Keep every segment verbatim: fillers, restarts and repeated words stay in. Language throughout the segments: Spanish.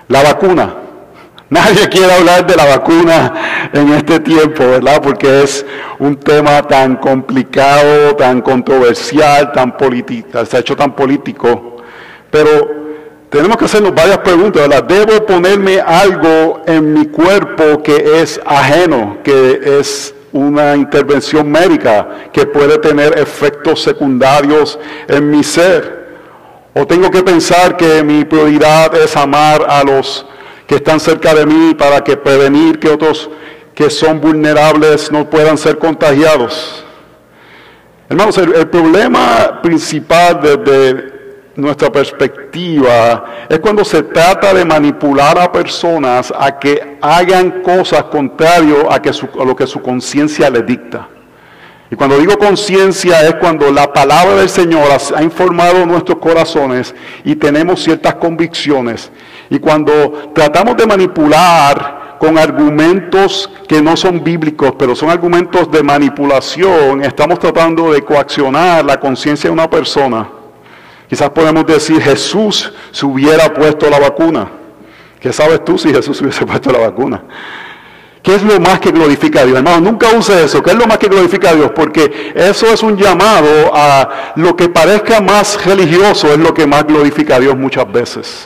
La vacuna. Nadie quiere hablar de la vacuna en este tiempo, ¿verdad? Porque es un tema tan complicado, tan controversial, tan político, se ha hecho tan político. Pero tenemos que hacernos varias preguntas, ¿verdad? ¿Debo ponerme algo en mi cuerpo que es ajeno, que es una intervención médica, que puede tener efectos secundarios en mi ser? ¿O tengo que pensar que mi prioridad es amar a los que están cerca de mí para que prevenir que otros que son vulnerables no puedan ser contagiados? Hermanos, el, el problema principal desde nuestra perspectiva es cuando se trata de manipular a personas a que hagan cosas contrarias a, que su, a lo que su conciencia les dicta. Y cuando digo conciencia es cuando la palabra del Señor ha informado nuestros corazones y tenemos ciertas convicciones. Y cuando tratamos de manipular con argumentos que no son bíblicos, pero son argumentos de manipulación, estamos tratando de coaccionar la conciencia de una persona. Quizás podemos decir, Jesús se hubiera puesto la vacuna. ¿Qué sabes tú si Jesús se hubiese puesto la vacuna? ¿Qué es lo más que glorifica a Dios? Hermano, nunca use eso. ¿Qué es lo más que glorifica a Dios? Porque eso es un llamado a lo que parezca más religioso, es lo que más glorifica a Dios muchas veces.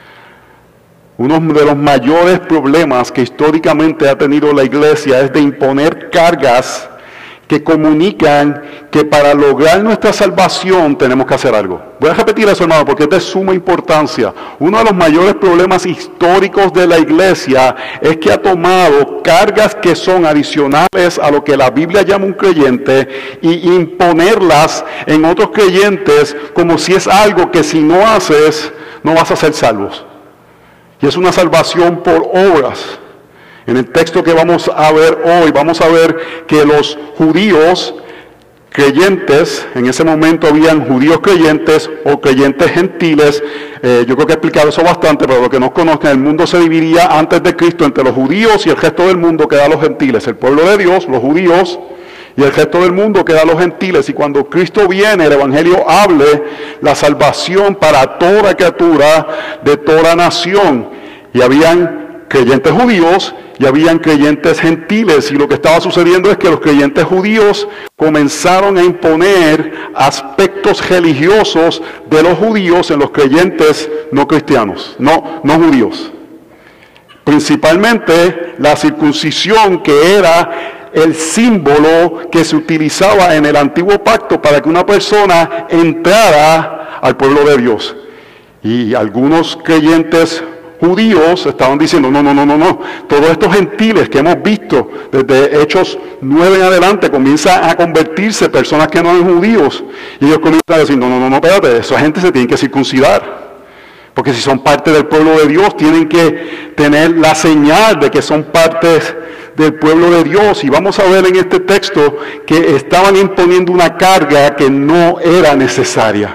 Uno de los mayores problemas que históricamente ha tenido la iglesia es de imponer cargas que comunican que para lograr nuestra salvación tenemos que hacer algo. Voy a repetir eso, hermano, porque es de suma importancia. Uno de los mayores problemas históricos de la iglesia es que ha tomado cargas que son adicionales a lo que la Biblia llama un creyente y imponerlas en otros creyentes como si es algo que si no haces, no vas a ser salvos. Y es una salvación por obras. En el texto que vamos a ver hoy, vamos a ver que los judíos creyentes, en ese momento habían judíos creyentes o creyentes gentiles, eh, yo creo que he explicado eso bastante, pero los que no conozcan, el mundo se dividía antes de Cristo entre los judíos y el resto del mundo, que eran los gentiles, el pueblo de Dios, los judíos, y el resto del mundo que eran los gentiles. Y cuando Cristo viene, el Evangelio hable la salvación para toda criatura de toda nación. Y habían creyentes judíos y habían creyentes gentiles, y lo que estaba sucediendo es que los creyentes judíos comenzaron a imponer aspectos religiosos de los judíos en los creyentes no cristianos, no, no judíos. Principalmente la circuncisión, que era el símbolo que se utilizaba en el antiguo pacto para que una persona entrara al pueblo de Dios. Y algunos creyentes judíos estaban diciendo, no, no, no, no, no, todos estos gentiles que hemos visto desde Hechos nueve en adelante comienzan a convertirse personas que no eran judíos, y ellos comienzan a decir, no, no, no, no, espérate, esa gente se tiene que circuncidar, porque si son parte del pueblo de Dios, tienen que tener la señal de que son partes del pueblo de Dios. Y vamos a ver en este texto que estaban imponiendo una carga que no era necesaria.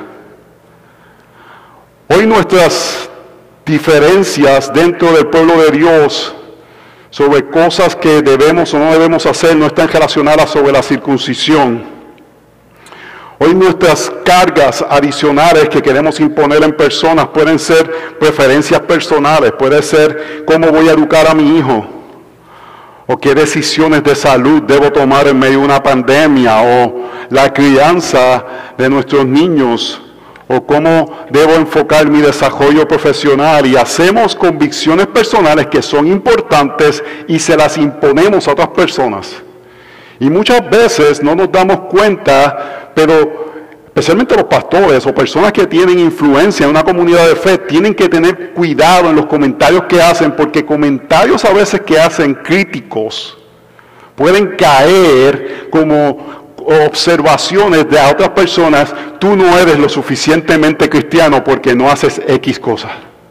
Hoy nuestras diferencias dentro del pueblo de Dios sobre cosas que debemos o no debemos hacer no están relacionadas sobre la circuncisión. Hoy nuestras cargas adicionales que queremos imponer en personas pueden ser preferencias personales, puede ser cómo voy a educar a mi hijo, o qué decisiones de salud debo tomar en medio de una pandemia, o la crianza de nuestros niños, o cómo debo enfocar mi desarrollo profesional. Y hacemos convicciones personales que son importantes y se las imponemos a otras personas. Y muchas veces no nos damos cuenta, pero especialmente los pastores o personas que tienen influencia en una comunidad de fe tienen que tener cuidado en los comentarios que hacen, porque comentarios a veces que hacen críticos pueden caer como observaciones de a otras personas. Tú no eres lo suficientemente cristiano porque no haces X cosas.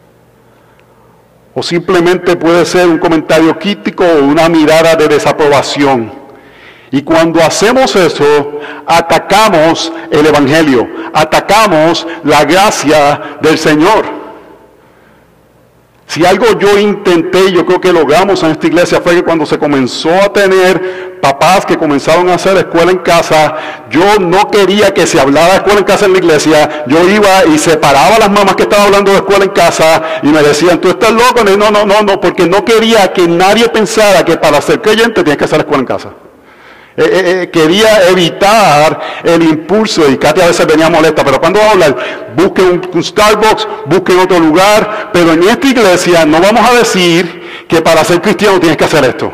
O simplemente puede ser un comentario crítico o una mirada de desaprobación. Y cuando hacemos eso, atacamos el Evangelio, atacamos la gracia del Señor. Si algo yo intenté, yo creo que logramos en esta iglesia, fue que cuando se comenzó a tener papás que comenzaron a hacer escuela en casa, yo no quería que se hablara de escuela en casa en la iglesia. Yo iba y separaba a las mamás que estaban hablando de escuela en casa y me decían, tú estás loco. No, no, no, no, porque no quería que nadie pensara que para ser creyente tienes que hacer escuela en casa. Eh, eh, eh, quería evitar el impulso, y Katy a veces venía molesta, pero cuando vamos a hablar, busquen un, un Starbucks, busquen otro lugar, pero en esta iglesia no vamos a decir que para ser cristiano tienes que hacer esto.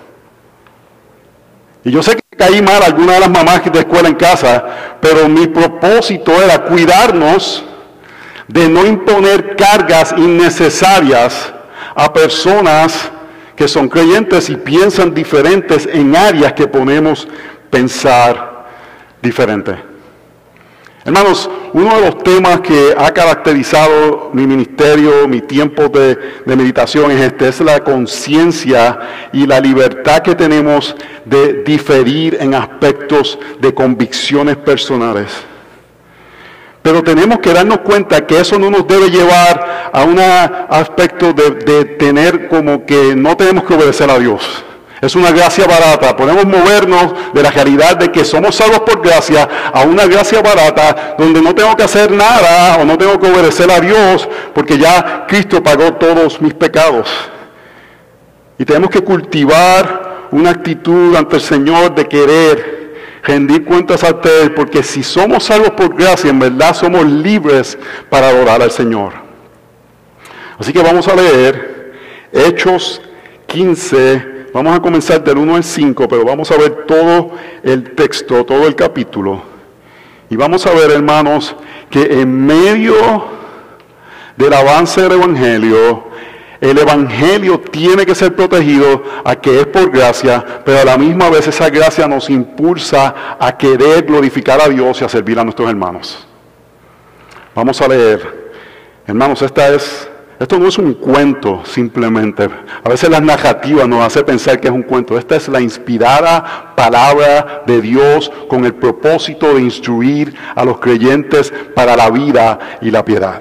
Y yo sé que caí mal a alguna de las mamás de escuela en casa, pero mi propósito era cuidarnos de no imponer cargas innecesarias a personas que son creyentes y piensan diferentes en áreas que podemos pensar diferente. Hermanos, uno de los temas que ha caracterizado mi ministerio, mi tiempo de, de meditación es este, es la conciencia y la libertad que tenemos de diferir en aspectos de convicciones personales. Pero tenemos que darnos cuenta que eso no nos debe llevar a un aspecto de, de tener como que no tenemos que obedecer a Dios. Es una gracia barata. Podemos movernos de la realidad de que somos salvos por gracia a una gracia barata donde no tengo que hacer nada o no tengo que obedecer a Dios porque ya Cristo pagó todos mis pecados. Y tenemos que cultivar una actitud ante el Señor de querer rendir cuentas ante Él, porque si somos salvos por gracia, en verdad somos libres para adorar al Señor. Así que vamos a leer Hechos quince, vamos a comenzar del uno al cinco, pero vamos a ver todo el texto, todo el capítulo. Y vamos a ver, hermanos, que en medio del avance del Evangelio, el Evangelio tiene que ser protegido a que es por gracia, pero a la misma vez esa gracia nos impulsa a querer glorificar a Dios y a servir a nuestros hermanos. Vamos a leer. Hermanos, esta es, esto no es un cuento simplemente. A veces las narrativas nos hacen pensar que es un cuento. Esta es la inspirada palabra de Dios con el propósito de instruir a los creyentes para la vida y la piedad.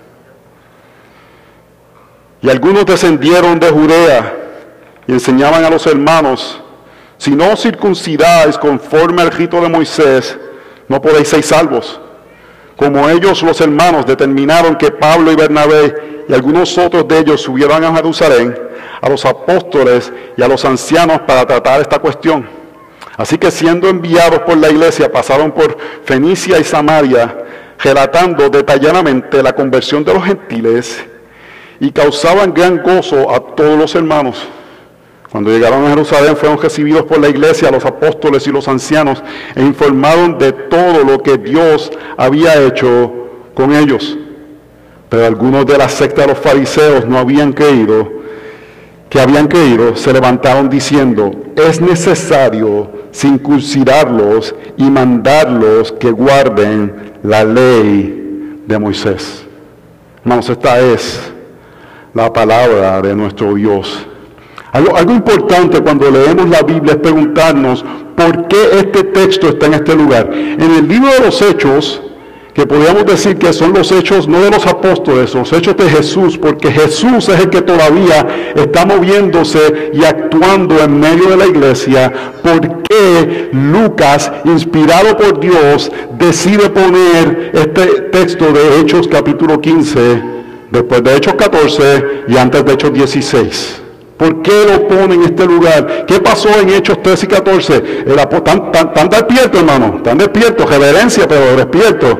Y algunos descendieron de Judea y enseñaban a los hermanos, si no os circuncidáis conforme al rito de Moisés, no podéis ser salvos. Como ellos, los hermanos, determinaron que Pablo y Bernabé y algunos otros de ellos subieran a Jerusalén, a los apóstoles y a los ancianos para tratar esta cuestión. Así que siendo enviados por la iglesia, pasaron por Fenicia y Samaria, relatando detalladamente la conversión de los gentiles, y causaban gran gozo a todos los hermanos. Cuando llegaron a Jerusalén fueron recibidos por la iglesia, los apóstoles y los ancianos, e informaron de todo lo que Dios había hecho con ellos. Pero algunos de la secta de los fariseos no habían creído, que habían creído, se levantaron diciendo, es necesario circuncidarlos y mandarlos que guarden la ley de Moisés. Hermanos, esta es la palabra de nuestro Dios. Algo, algo importante cuando leemos la Biblia es preguntarnos por qué este texto está en este lugar. En el libro de los Hechos, que podríamos decir que son los hechos no de los apóstoles, los hechos de Jesús, porque Jesús es el que todavía está moviéndose y actuando en medio de la iglesia. ¿Por qué Lucas, inspirado por Dios, decide poner este texto de Hechos capítulo quince, después de Hechos catorce y antes de Hechos dieciséis? ¿Por qué lo pone en este lugar? ¿Qué pasó en Hechos trece y catorce? ¿Están tan, tan despiertos, hermano? ¿Están despiertos? Reverencia, pero despiertos.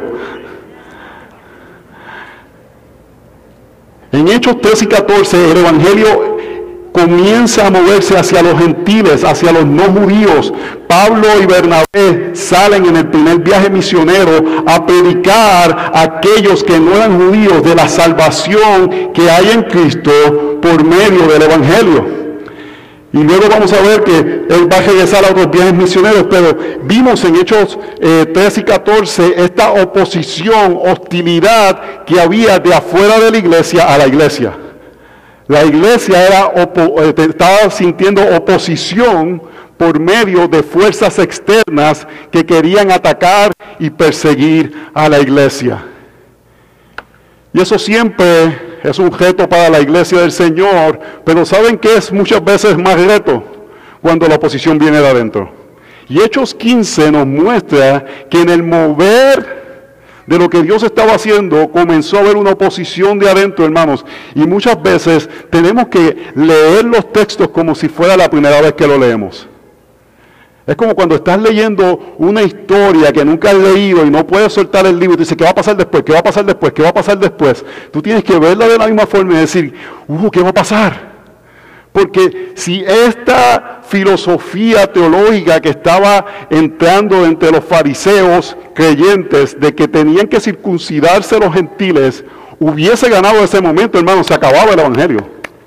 En Hechos trece y catorce el Evangelio comienza a moverse hacia los gentiles, hacia los no judíos. Pablo y Bernabé salen en el primer viaje misionero a predicar a aquellos que no eran judíos de la salvación que hay en Cristo por medio del Evangelio. Y luego vamos a ver que él va a regresar a otros viajes misioneros, pero vimos en Hechos eh, trece y catorce esta oposición, hostilidad que había de afuera de la iglesia a la iglesia. La iglesia era opo- estaba sintiendo oposición por medio de fuerzas externas que querían atacar y perseguir a la iglesia. Y eso siempre es un reto para la iglesia del Señor, pero ¿saben qué es muchas veces más reto? Cuando la oposición viene de adentro. Y Hechos quince nos muestra que en el mover de lo que Dios estaba haciendo, comenzó a haber una oposición de adentro, hermanos. Y muchas veces tenemos que leer los textos como si fuera la primera vez que lo leemos. Es como cuando estás leyendo una historia que nunca has leído y no puedes soltar el libro y te dices, ¿qué va a pasar después? ¿Qué va a pasar después? ¿Qué va a pasar después? Tú tienes que verla de la misma forma y decir, uh, ¿qué va a pasar? Porque si esta filosofía teológica que estaba entrando entre los fariseos creyentes de que tenían que circuncidarse los gentiles, hubiese ganado ese momento, hermano, se acababa el evangelio.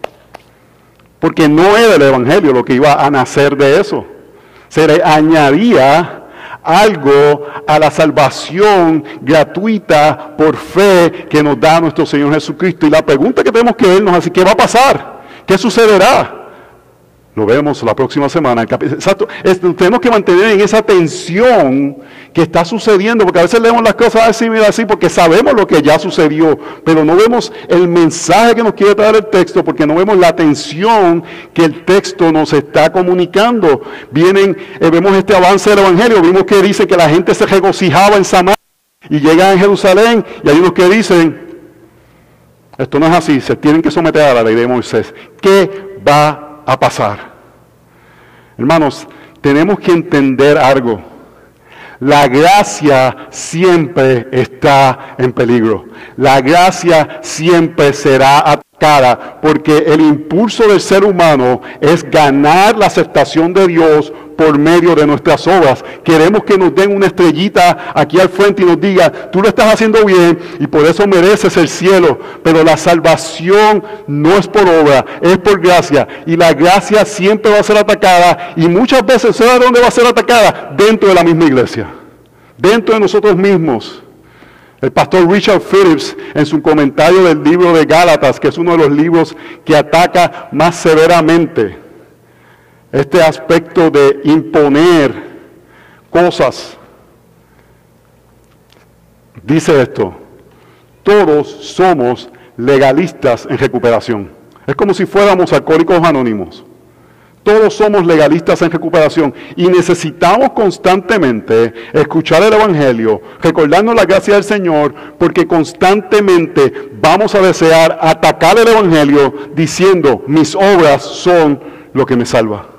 Porque no era el evangelio lo que iba a nacer de eso. Se le añadía algo a la salvación gratuita por fe que nos da nuestro Señor Jesucristo. Y la pregunta que tenemos que vernos es, ¿qué va a pasar? ¿Qué sucederá? Lo vemos la próxima semana. Exacto. Es, tenemos que mantener en esa tensión que está sucediendo, porque a veces leemos las cosas así, mira así, porque sabemos lo que ya sucedió, pero no vemos el mensaje que nos quiere traer el texto, porque no vemos la tensión que el texto nos está comunicando. Vienen, eh, vemos este avance del Evangelio, vimos que dice que la gente se regocijaba en Samaria y llegan a Jerusalén, y hay unos que dicen, esto no es así, se tienen que someter a la ley de Moisés. ¿Qué va a pasar? Hermanos, tenemos que entender algo. La gracia siempre está en peligro. La gracia siempre será atacada, porque el impulso del ser humano es ganar la aceptación de Dios por medio de nuestras obras. Queremos que nos den una estrellita aquí al frente y nos diga, tú lo estás haciendo bien y por eso mereces el cielo. Pero la salvación no es por obra, es por gracia. Y la gracia siempre va a ser atacada, y muchas veces, ¿sabe dónde va a ser atacada? Dentro de la misma iglesia, dentro de nosotros mismos. El pastor Richard Phillips, en su comentario del libro de Gálatas, que es uno de los libros que ataca más severamente este aspecto de imponer cosas, dice esto: todos somos legalistas en recuperación. Es como si fuéramos alcohólicos anónimos. Todos somos legalistas en recuperación y necesitamos constantemente escuchar el Evangelio, recordarnos la gracia del Señor, porque constantemente vamos a desear atacar el Evangelio diciendo, mis obras son lo que me salva.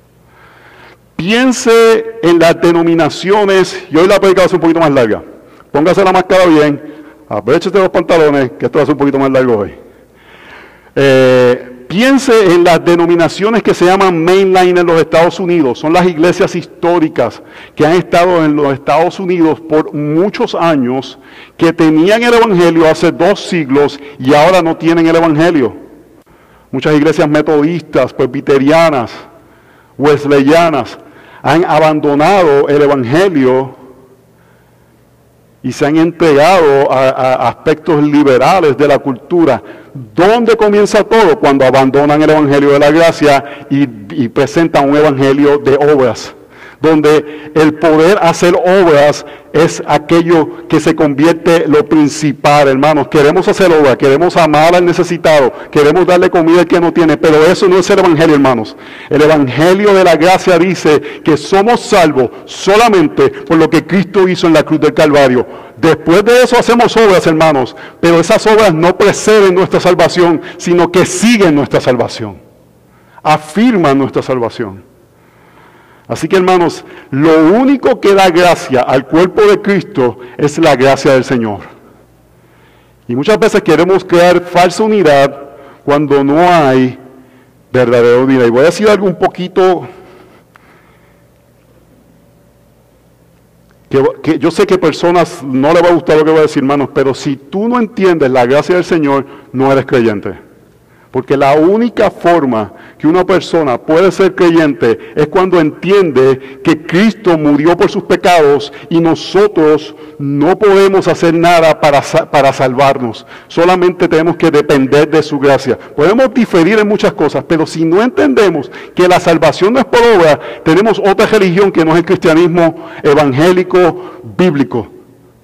Piense en las denominaciones, y hoy la predica va a ser un poquito más larga. Póngase la máscara bien, abróchese los pantalones, que esto va a ser un poquito más largo hoy. Eh, piense en las denominaciones que se llaman mainline en los Estados Unidos. Son las iglesias históricas que han estado en los Estados Unidos por muchos años, que tenían el Evangelio hace dos siglos y ahora no tienen el Evangelio. Muchas iglesias metodistas, presbiterianas, wesleyanas han abandonado el Evangelio y se han entregado a, a aspectos liberales de la cultura. ¿Dónde comienza todo? Cuando abandonan el Evangelio de la gracia y, y presentan un Evangelio de obras, donde el poder hacer obras es aquello que se convierte lo principal, hermanos. Queremos hacer obras, queremos amar al necesitado, queremos darle comida al que no tiene, pero eso no es el Evangelio, hermanos. El Evangelio de la gracia dice que somos salvos solamente por lo que Cristo hizo en la cruz del Calvario. Después de eso hacemos obras, hermanos, pero esas obras no preceden nuestra salvación, sino que siguen nuestra salvación, afirman nuestra salvación. Así que, hermanos, lo único que da gracia al cuerpo de Cristo es la gracia del Señor. Y muchas veces queremos crear falsa unidad cuando no hay verdadera unidad. Y voy a decir algo un poquito que, que yo sé que a personas no les va a gustar lo que voy a decir, hermanos, pero si tú no entiendes la gracia del Señor, no eres creyente. Porque la única forma que una persona puede ser creyente es cuando entiende que Cristo murió por sus pecados y nosotros no podemos hacer nada para, para salvarnos. Solamente tenemos que depender de su gracia. Podemos diferir en muchas cosas, pero si no entendemos que la salvación no es por obra, tenemos otra religión que no es el cristianismo evangélico bíblico.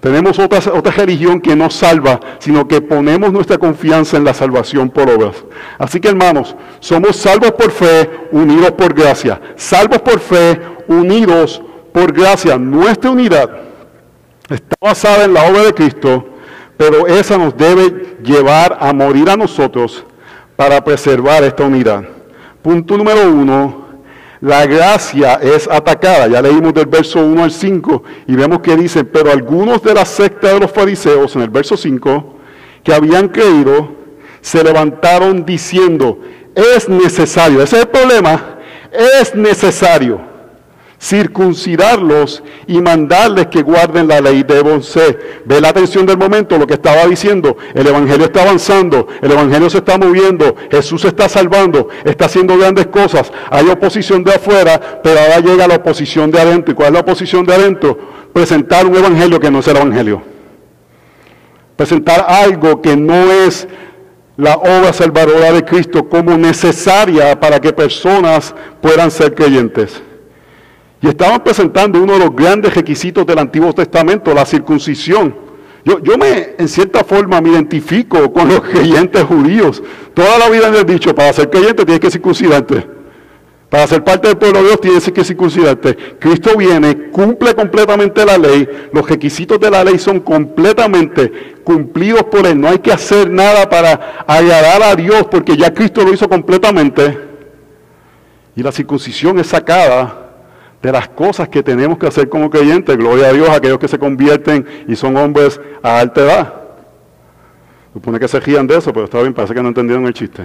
Tenemos otra, otra religión que no salva, sino que ponemos nuestra confianza en la salvación por obras. Así que, hermanos, somos salvos por fe, unidos por gracia. Salvos por fe, unidos por gracia. Nuestra unidad está basada en la obra de Cristo, pero esa nos debe llevar a morir a nosotros para preservar esta unidad. Punto número uno. La gracia es atacada. Ya leímos del verso uno al cinco y vemos que dice, pero algunos de la secta de los fariseos, en el verso cinco, que habían creído, se levantaron diciendo, es necesario, ese es el problema, es necesario circuncidarlos y mandarles que guarden la ley de Moisés. Ve la atención del momento, lo que estaba diciendo, el evangelio está avanzando, el evangelio se está moviendo, Jesús se está salvando, está haciendo grandes cosas, hay oposición de afuera, pero ahora llega la oposición de adentro. ¿Y cuál es la oposición de adentro? Presentar un evangelio que no es el evangelio, presentar algo que no es la obra salvadora de Cristo como necesaria para que personas puedan ser creyentes. Y estaban presentando uno de los grandes requisitos del Antiguo Testamento, la circuncisión. Yo, yo me, en cierta forma, me identifico con los creyentes judíos. Toda la vida les he dicho, para ser creyente tienes que circuncidarte. Para ser parte del pueblo de Dios tienes que circuncidarte. Cristo viene, cumple completamente la ley. Los requisitos de la ley son completamente cumplidos por Él. No hay que hacer nada para agradar a Dios, porque ya Cristo lo hizo completamente. Y la circuncisión es sacada de las cosas que tenemos que hacer como creyentes. Gloria a Dios a aquellos que se convierten y son hombres a alta edad. Supone que se rían de eso, pero está bien, parece que no entendieron el chiste.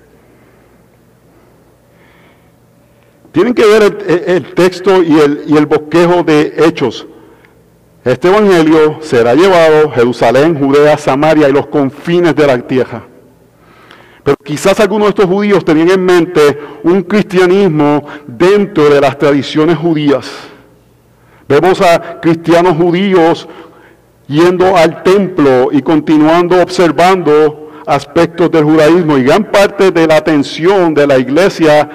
Tienen que ver el, el texto y el, y el bosquejo de Hechos. Este evangelio será llevado a Jerusalén, Judea, Samaria y los confines de la tierra. Pero quizás algunos de estos judíos tenían en mente un cristianismo dentro de las tradiciones judías. Vemos a cristianos judíos yendo al templo y continuando observando aspectos del judaísmo. Y gran parte de la atención de la iglesia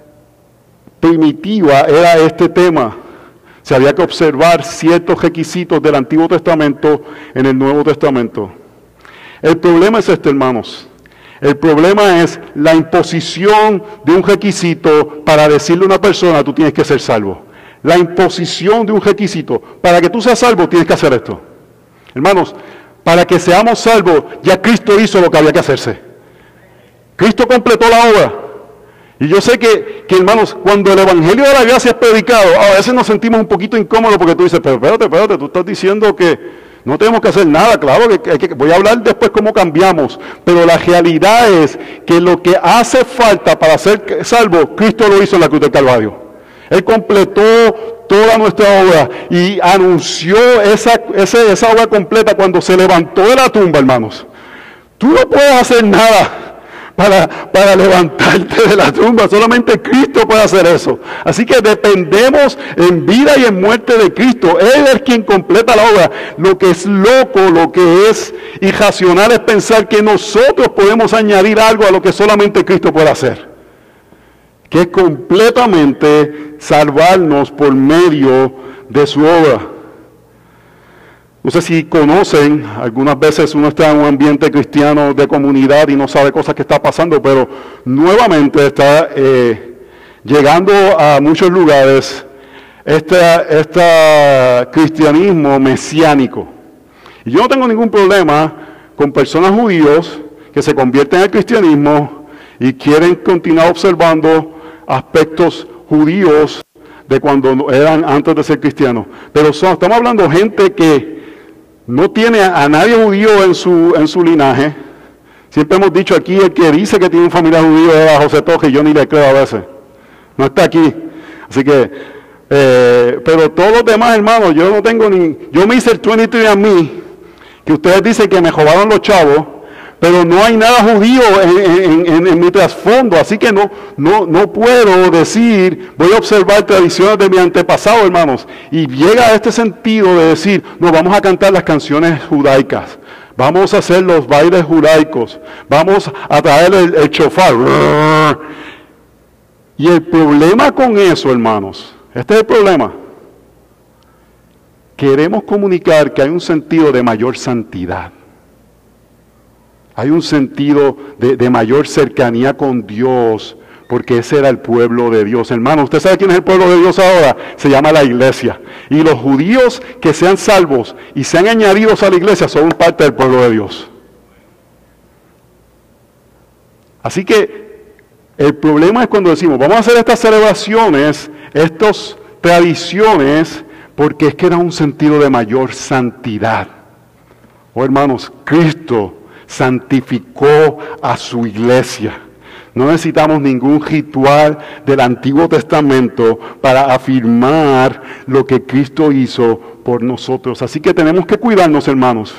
primitiva era este tema. Se había que observar ciertos requisitos del Antiguo Testamento en el Nuevo Testamento. El problema es este, hermanos. El problema es la imposición de un requisito para decirle a una persona, tú tienes que ser salvo. La imposición de un requisito. Para que tú seas salvo, tienes que hacer esto. Hermanos, para que seamos salvos, ya Cristo hizo lo que había que hacerse. Cristo completó la obra. Y yo sé que, que, hermanos, cuando el Evangelio de la gracia es predicado, a veces nos sentimos un poquito incómodos porque tú dices, pero espérate, espérate, tú estás diciendo que no tenemos que hacer nada. Claro que, que, que voy a hablar después cómo cambiamos, pero la realidad es que lo que hace falta para ser salvo, Cristo lo hizo en la cruz del Calvario. Él completó toda nuestra obra y anunció esa, esa, esa obra completa cuando se levantó de la tumba, hermanos. Tú no puedes hacer nada Para, para levantarte de la tumba. Solamente Cristo puede hacer eso. Así que dependemos en vida y en muerte de Cristo. Él es quien completa la obra. Lo que es loco, lo que es irracional es pensar que nosotros podemos añadir algo a lo que solamente Cristo puede hacer. Que es completamente salvarnos por medio de su obra. No sé si conocen, algunas veces uno está en un ambiente cristiano de comunidad y no sabe cosas que está pasando, pero nuevamente está eh, llegando a muchos lugares este, este cristianismo mesiánico. Y yo no tengo ningún problema con personas judíos que se convierten al cristianismo y quieren continuar observando aspectos judíos de cuando eran antes de ser cristianos. Pero son, estamos hablando de gente que no tiene a nadie judío en su, en su linaje. Siempre hemos dicho aquí, el que dice que tiene un familiar judío es a José Toje, y yo ni le creo a veces. No está aquí. Así que, eh, pero todos los demás, hermanos, yo no tengo ni... Yo me hice el veintitrés and me, que ustedes dicen que me robaron los chavos, pero no hay nada judío en, en, en, en mi trasfondo, así que no, no, no puedo decir, voy a observar tradiciones de mi antepasado, hermanos, y llega a este sentido de decir, no, vamos a cantar las canciones judaicas, vamos a hacer los bailes judaicos, vamos a traer el, el shofar. Y el problema con eso, hermanos, este es el problema, queremos comunicar que hay un sentido de mayor santidad. Hay un sentido de, de mayor cercanía con Dios, porque ese era el pueblo de Dios. Hermano, ¿usted sabe quién es el pueblo de Dios ahora? Se llama la iglesia. Y los judíos que sean salvos y sean añadidos a la iglesia son parte del pueblo de Dios. Así que el problema es cuando decimos, vamos a hacer estas celebraciones, estas tradiciones, porque es que era un sentido de mayor santidad. Oh, hermanos, Cristo santificó a su iglesia. No necesitamos ningún ritual del Antiguo Testamento para afirmar lo que Cristo hizo por nosotros. Así que tenemos que cuidarnos, hermanos.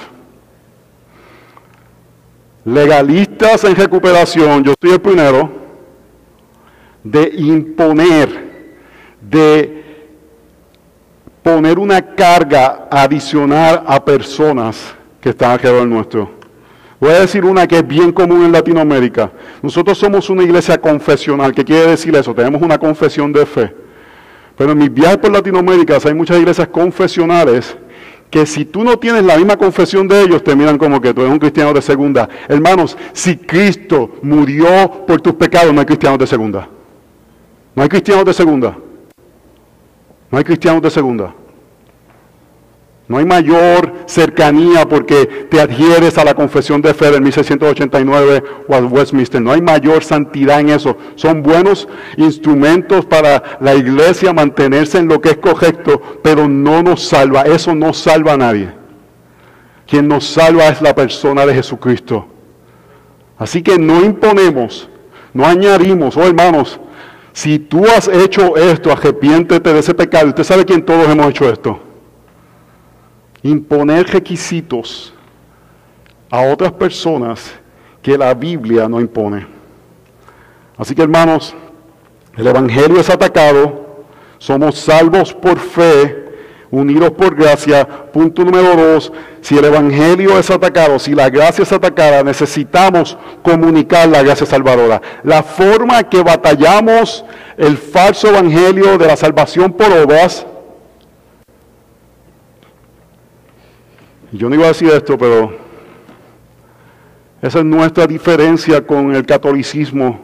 Legalistas en recuperación, yo soy el primero, de imponer, de poner una carga adicional a personas que están alrededor nuestro. Voy a decir una que es bien común en Latinoamérica. Nosotros somos una iglesia confesional. ¿Qué quiere decir eso? Tenemos una confesión de fe. Pero en mis viajes por Latinoamérica hay muchas iglesias confesionales que si tú no tienes la misma confesión de ellos, te miran como que tú eres un cristiano de segunda. Hermanos, si Cristo murió por tus pecados, no hay cristianos de segunda. No hay cristianos de segunda. No hay cristianos de segunda. No hay mayor cercanía porque te adhieres a la confesión de fe del mil seiscientos ochenta y nueve o al Westminster. No hay mayor santidad en eso. Son buenos instrumentos para la iglesia mantenerse en lo que es correcto, pero no nos salva. Eso no salva a nadie. Quien nos salva es la persona de Jesucristo. Así que no imponemos, no añadimos. Oh, hermanos, si tú has hecho esto, arrepiéntete de ese pecado. Usted sabe quién todos hemos hecho esto. Imponer requisitos a otras personas que la Biblia no impone. Así que, hermanos, el Evangelio es atacado, somos salvos por fe, unidos por gracia. Punto número dos, si el Evangelio es atacado, si la gracia es atacada, necesitamos comunicar la gracia salvadora. La forma que batallamos el falso Evangelio de la salvación por obras. Yo no iba a decir esto, pero esa es nuestra diferencia con el catolicismo,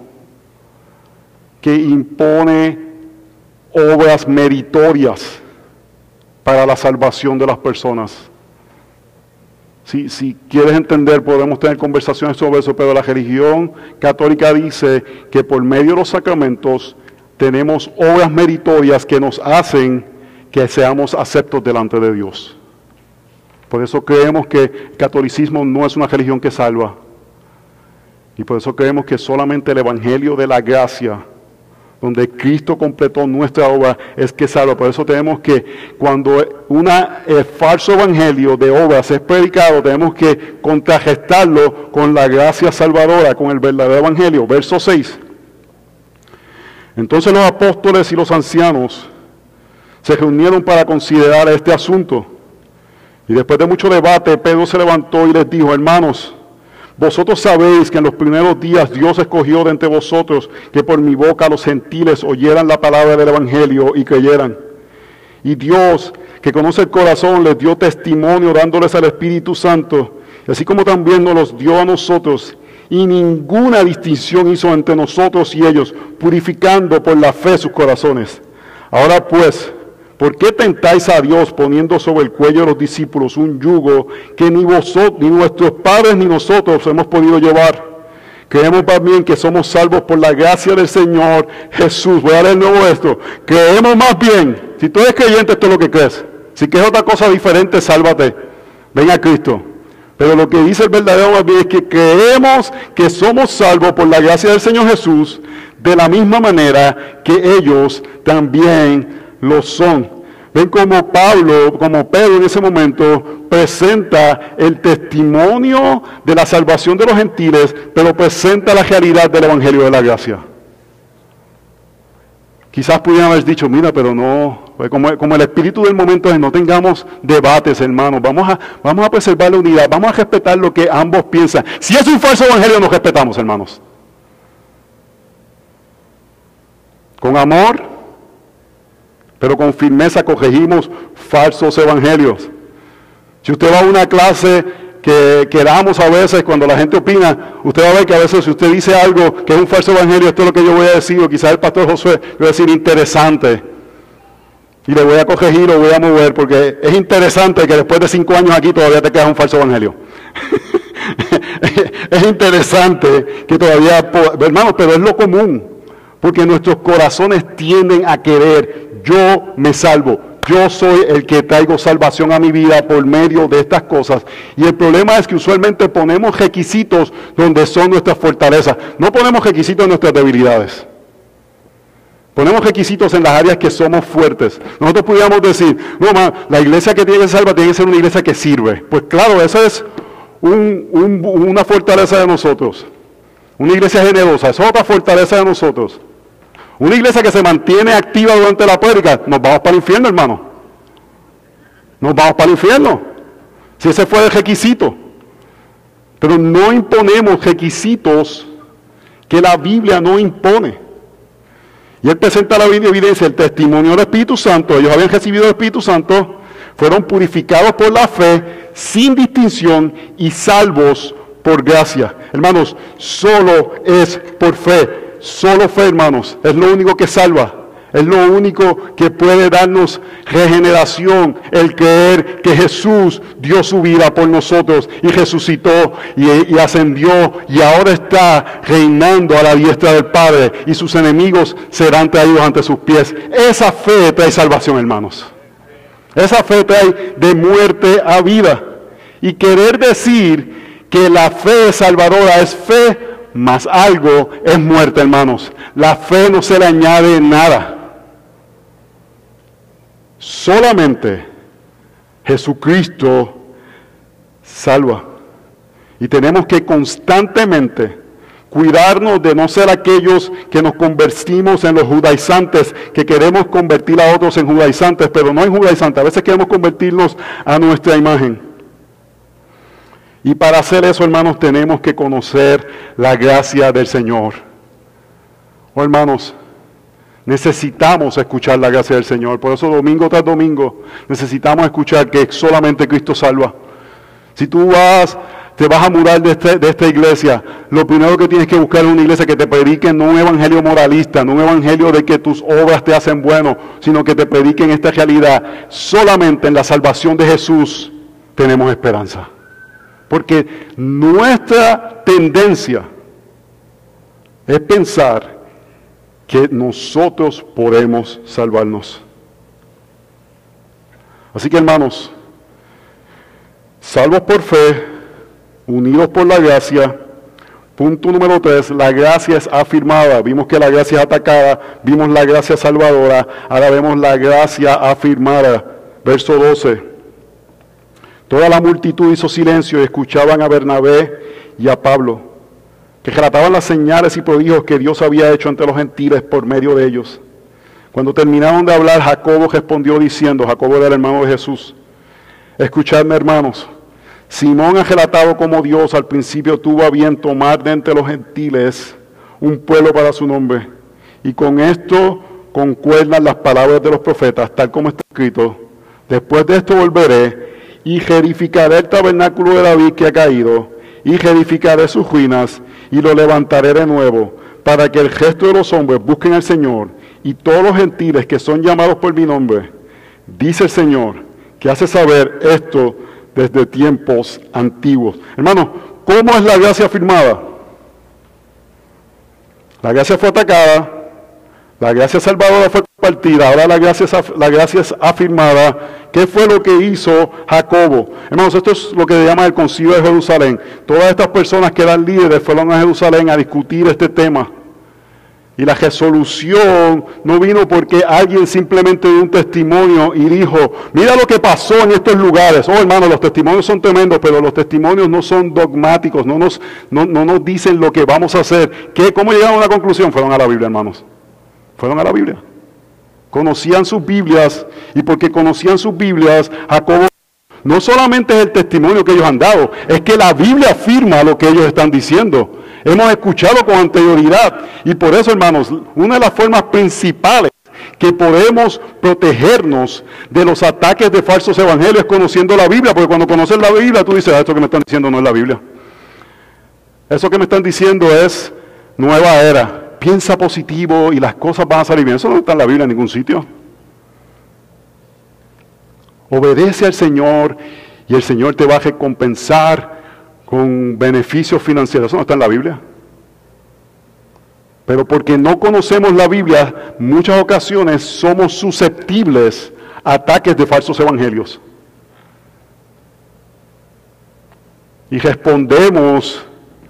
que impone obras meritorias para la salvación de las personas. Si, si quieres entender, podemos tener conversaciones sobre eso, pero la religión católica dice que por medio de los sacramentos tenemos obras meritorias que nos hacen que seamos aceptos delante de Dios. Por eso creemos que el catolicismo no es una religión que salva. Y por eso creemos que solamente el Evangelio de la gracia, donde Cristo completó nuestra obra, es que salva. Por eso tenemos que, cuando un falso evangelio de obras es predicado, tenemos que contrarrestarlo con la gracia salvadora, con el verdadero evangelio. Verso seis. Entonces los apóstoles y los ancianos se reunieron para considerar este asunto. Y después de mucho debate, Pedro se levantó y les dijo: hermanos, vosotros sabéis que en los primeros días Dios escogió de entre vosotros que por mi boca los gentiles oyeran la palabra del evangelio y creyeran. Y Dios, que conoce el corazón, les dio testimonio dándoles al Espíritu Santo, así como también nos los dio a nosotros. Y ninguna distinción hizo entre nosotros y ellos, purificando por la fe sus corazones. Ahora pues, ¿por qué tentáis a Dios poniendo sobre el cuello de los discípulos un yugo que ni vosotros, ni nuestros padres, ni nosotros hemos podido llevar? Creemos más bien que somos salvos por la gracia del Señor Jesús. Voy a leer de nuevo esto. Creemos más bien. Si tú eres creyente, esto es lo que crees. Si quieres otra cosa diferente, sálvate. Ven a Cristo. Pero lo que dice el verdadero más bien es que creemos que somos salvos por la gracia del Señor Jesús, de la misma manera que ellos también lo son. Ven como Pablo, como Pedro en ese momento presenta el testimonio de la salvación de los gentiles, pero presenta la realidad del evangelio de la gracia. Quizás pudieran haber dicho: mira, pero no, como, como el espíritu del momento es, no tengamos debates, hermanos, vamos a, vamos a preservar la unidad, vamos a respetar lo que ambos piensan. Si es un falso evangelio, nos respetamos, hermanos. Con amor, pero con firmeza corregimos falsos evangelios. Si usted va a una clase que, que damos a veces cuando la gente opina, usted va a ver que a veces si usted dice algo que es un falso evangelio, esto es lo que yo voy a decir, o quizás el pastor Josué va a decir interesante. Y le voy a corregir o voy a mover, porque es interesante que después de cinco años aquí todavía te quedas un falso evangelio. Es interesante que todavía, hermanos, pero es lo común, porque nuestros corazones tienden a querer, yo me salvo. Yo soy el que traigo salvación a mi vida por medio de estas cosas. Y el problema es que usualmente ponemos requisitos donde son nuestras fortalezas. No ponemos requisitos en nuestras debilidades. Ponemos requisitos en las áreas que somos fuertes. Nosotros pudiéramos decir, no, ma, la iglesia que tiene que ser salva tiene que ser una iglesia que sirve. Pues claro, esa es un, un, una fortaleza de nosotros. Una iglesia generosa, esa es otra fortaleza de nosotros. Una iglesia que se mantiene activa durante la prédica, nos vamos para el infierno, hermano. Nos vamos para el infierno. Si ese fue el requisito. Pero no imponemos requisitos que la Biblia no impone. Y él presenta la evidencia, el testimonio del Espíritu Santo. Ellos habían recibido el Espíritu Santo, fueron purificados por la fe, sin distinción y salvos por gracia. Hermanos, solo es por fe. Solo fe, hermanos, es lo único que salva, es lo único que puede darnos regeneración, el creer que Jesús dio su vida por nosotros y resucitó y, y ascendió y ahora está reinando a la diestra del Padre y sus enemigos serán traídos ante sus pies. Esa fe trae salvación, hermanos. Esa fe trae de muerte a vida. Y querer decir que la fe salvadora es fe más algo es muerte, hermanos. La fe no se le añade nada. Solamente Jesucristo salva. Y tenemos que constantemente cuidarnos de no ser aquellos que nos convertimos en los judaizantes, que queremos convertir a otros en judaizantes, pero no en judaizantes. A veces queremos convertirlos a nuestra imagen. Y para hacer eso, hermanos, tenemos que conocer la gracia del Señor. Oh, hermanos, necesitamos escuchar la gracia del Señor. Por eso, domingo tras domingo, necesitamos escuchar que solamente Cristo salva. Si tú vas, te vas a mudar de, este, de esta iglesia, lo primero que tienes que buscar es una iglesia que te predique no un evangelio moralista, no un evangelio de que tus obras te hacen bueno, sino que te prediquen esta realidad. Solamente en la salvación de Jesús tenemos esperanza. Porque nuestra tendencia es pensar que nosotros podemos salvarnos. Así que, hermanos, salvos por fe, unidos por la gracia. Punto número tres, la gracia es afirmada. Vimos que la gracia es atacada, vimos la gracia salvadora, ahora vemos la gracia afirmada. Verso doce. Toda la multitud hizo silencio y escuchaban a Bernabé y a Pablo, que relataban las señales y prodigios que Dios había hecho ante los gentiles por medio de ellos. Cuando terminaron de hablar, Jacobo respondió diciendo, Jacobo era el hermano de Jesús, escuchadme, hermanos, Simón ha relatado cómo Dios al principio tuvo a bien tomar de entre los gentiles un pueblo para su nombre, y con esto concuerdan las palabras de los profetas, tal como está escrito, después de esto volveré y reedificaré el tabernáculo de David que ha caído, y reedificaré sus ruinas, y lo levantaré de nuevo, para que el resto de los hombres busquen al Señor, y todos los gentiles que son llamados por mi nombre, dice el Señor, que hace saber esto desde tiempos antiguos. Hermanos, ¿cómo es la gracia afirmada? La gracia fue atacada, la gracia salvadora fue compartida, ahora la gracia, la gracia es afirmada. ¿Qué fue lo que hizo Jacobo? Hermanos, esto es lo que se llama el Concilio de Jerusalén. Todas estas personas que eran líderes fueron a Jerusalén a discutir este tema. Y la resolución no vino porque alguien simplemente dio un testimonio y dijo, mira lo que pasó en estos lugares. Oh, hermanos, los testimonios son tremendos, pero los testimonios no son dogmáticos, no nos, no, no nos dicen lo que vamos a hacer. ¿Qué, ¿Cómo llegaron a una conclusión? Fueron a la Biblia, hermanos. Fueron a la Biblia. Conocían sus Biblias, y porque conocían sus Biblias, Jacobo no solamente es el testimonio que ellos han dado, es que la Biblia afirma lo que ellos están diciendo. Hemos escuchado con anterioridad, y por eso, hermanos, una de las formas principales que podemos protegernos de los ataques de falsos evangelios conociendo la Biblia, porque cuando conoces la Biblia tú dices, ah, esto que me están diciendo no es la Biblia. Eso que me están diciendo es nueva era. Piensa positivo y las cosas van a salir bien. Eso no está en la Biblia en ningún sitio. Obedece al Señor y el Señor te va a recompensar con beneficios financieros. Eso no está en la Biblia. Pero porque no conocemos la Biblia, muchas ocasiones somos susceptibles a ataques de falsos evangelios. Y respondemos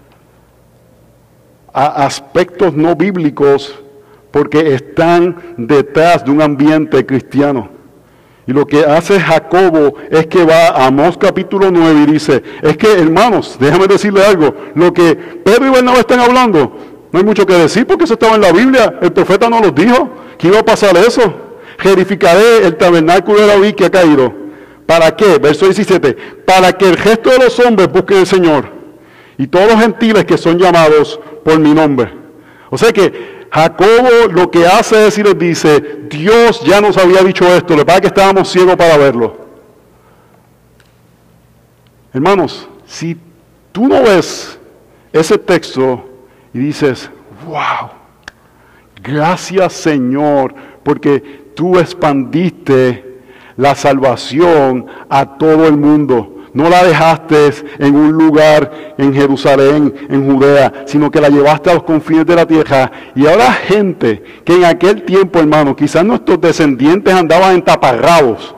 a aspectos no bíblicos porque están detrás de un ambiente cristiano. Y lo que hace Jacobo es que va a Amós capítulo nueve y dice, es que hermanos, déjame decirle algo, lo que Pedro y Bernabé están hablando, no hay mucho que decir porque eso estaba en la Biblia, el profeta no nos dijo que iba a pasar eso. Reedificaré el tabernáculo de David que ha caído. ¿Para qué? Verso diecisiete, para que el resto de los hombres busquen al Señor y todos los gentiles que son llamados por mi nombre. O sea que Jacobo lo que hace es y les dice, Dios ya nos había dicho esto, le pasa que estábamos ciegos para verlo. Hermanos, si tú no ves ese texto y dices, wow, gracias Señor, porque tú expandiste la salvación a todo el mundo. No la dejaste en un lugar en Jerusalén, en Judea, sino que la llevaste a los confines de la tierra. Y ahora gente que en aquel tiempo, hermano, quizás nuestros descendientes andaban en taparrabos.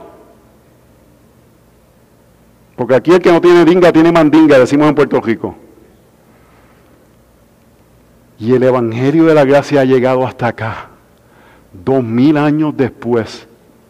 Porque aquí el que no tiene dinga tiene mandinga, decimos en Puerto Rico. Y el Evangelio de la Gracia ha llegado hasta acá, dos mil años después,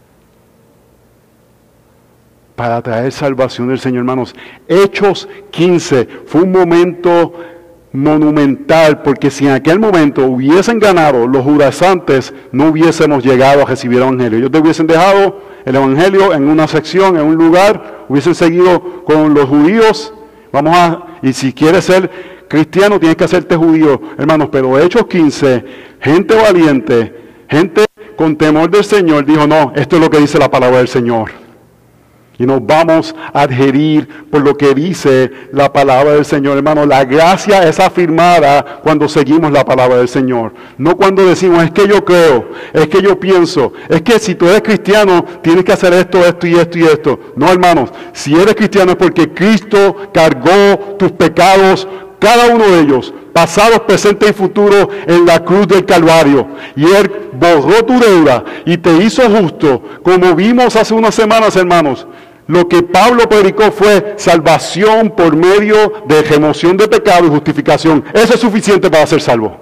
para traer salvación del Señor, hermanos. Hechos quince fue un momento monumental, porque si en aquel momento hubiesen ganado los judaizantes, no hubiésemos llegado a recibir el Evangelio. Ellos te hubiesen dejado el Evangelio en una sección, en un lugar, hubiesen seguido con los judíos. Vamos a, y si quieres ser cristiano, tienes que hacerte judío, hermanos. Pero Hechos quince, gente valiente, gente con temor del Señor, dijo, no, esto es lo que dice la palabra del Señor. Y nos vamos a adherir por lo que dice la palabra del Señor, hermano. La gracia es afirmada cuando seguimos la palabra del Señor. No cuando decimos, es que yo creo, es que yo pienso, es que si tú eres cristiano tienes que hacer esto, esto y esto y esto. No, hermanos, si eres cristiano es porque Cristo cargó tus pecados, cada uno de ellos, pasados, presentes y futuros, en la cruz del Calvario. Y Él borró tu deuda y te hizo justo, como vimos hace unas semanas, hermanos. Lo que Pablo predicó fue salvación por medio de remoción de pecado y justificación. Eso es suficiente para ser salvo.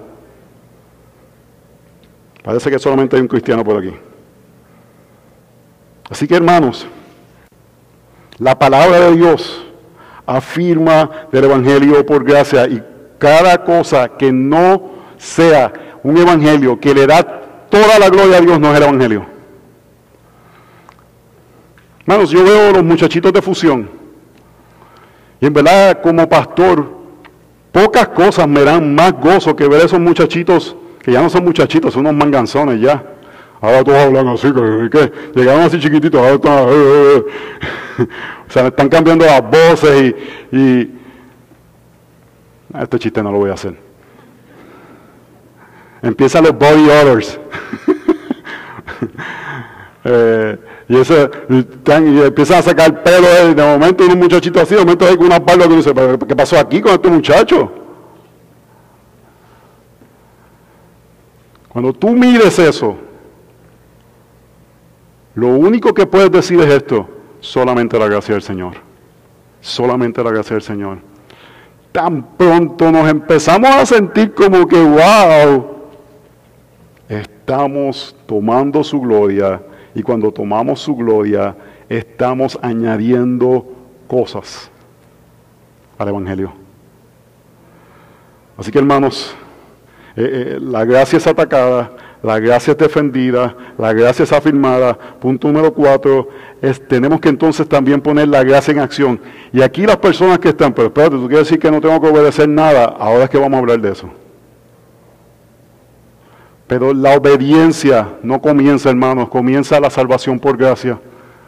Parece que solamente hay un cristiano por aquí. Así que, hermanos, la palabra de Dios afirma del Evangelio por gracia, y cada cosa que no sea un Evangelio que le da toda la gloria a Dios no es el Evangelio. Hermanos, yo veo a los muchachitos de fusión y en verdad como pastor pocas cosas me dan más gozo que ver a esos muchachitos que ya no son muchachitos, son unos manganzones ya. Ahora todos hablan así, que, que llegaron así chiquititos, ahora están, eh, eh. O sea, están cambiando las voces y, y... Este chiste no lo voy a hacer. Empiezan los body odors. eh, y, ese, y, están, y empiezan a sacar pelo de, de momento un muchachito así, de momento hay con una barba que dice, ¿qué pasó aquí con este muchacho? Cuando tú mires eso, lo único que puedes decir es esto: solamente la gracia del Señor. Solamente la gracia del Señor. Tan pronto nos empezamos a sentir como que, wow, estamos tomando su gloria, y cuando tomamos su gloria, estamos añadiendo cosas al Evangelio. Así que, hermanos, eh, eh, la gracia es atacada, la gracia es defendida, la gracia es afirmada. Punto número cuatro, es, tenemos que entonces también poner la gracia en acción. Y aquí las personas que están, pero espérate, ¿tú quieres decir que no tengo que obedecer nada? Ahora es que vamos a hablar de eso. Pero la obediencia no comienza, hermanos, comienza la salvación por gracia.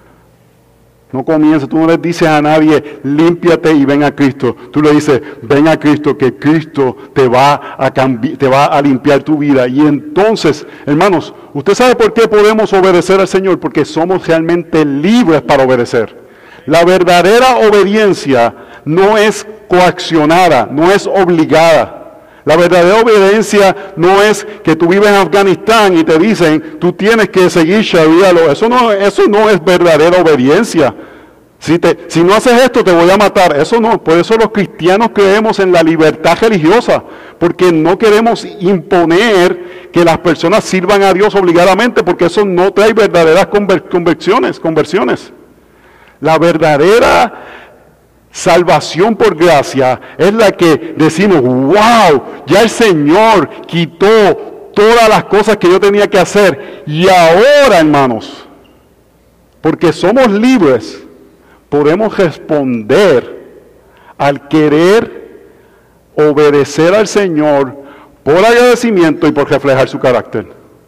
No comienza, tú no le dices a nadie, límpiate y ven a Cristo. Tú le dices, ven a Cristo, que Cristo te va a cambiar, te va a limpiar tu vida. Y entonces, hermanos, ¿usted sabe por qué podemos obedecer al Señor? Porque somos realmente libres para obedecer. La verdadera obediencia no es coaccionada, no es obligada. La verdadera obediencia no es que tú vives en Afganistán y te dicen, tú tienes que seguir Sharia. Eso no, eso no es verdadera obediencia. Si, te, si no haces esto, te voy a matar. Eso no. Por eso los cristianos creemos en la libertad religiosa, porque no queremos imponer que las personas sirvan a Dios obligadamente, porque eso no trae verdaderas conver, conversiones, conversiones. La verdadera salvación por gracia es la que decimos, wow, ya el Señor quitó todas las cosas que yo tenía que hacer. Y ahora, hermanos, porque somos libres, podemos responder al querer obedecer al Señor por agradecimiento y por reflejar su carácter.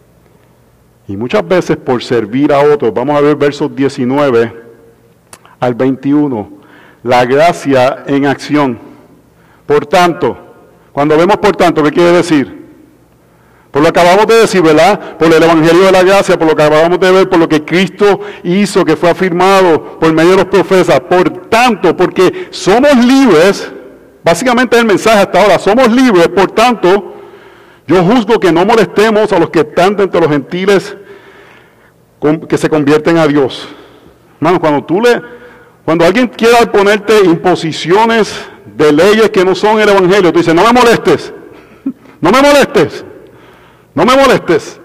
Y muchas veces por servir a otros. Vamos a ver versos diecinueve al veintiuno. La gracia en acción. Por tanto, cuando vemos por tanto, ¿qué quiere decir? Por lo que acabamos de decir, ¿verdad? Por el Evangelio de la gracia, por lo que acabamos de ver, por lo que Cristo hizo, que fue afirmado por medio de los profetas. Por tanto, porque somos libres, básicamente el mensaje hasta ahora, somos libres, por tanto, yo juzgo que no molestemos a los que están entre los gentiles que se convierten a Dios. Hermanos, cuando tú le... Cuando alguien quiera ponerte imposiciones de leyes que no son el Evangelio, tú dices, no me molestes, no me molestes, no me molestes,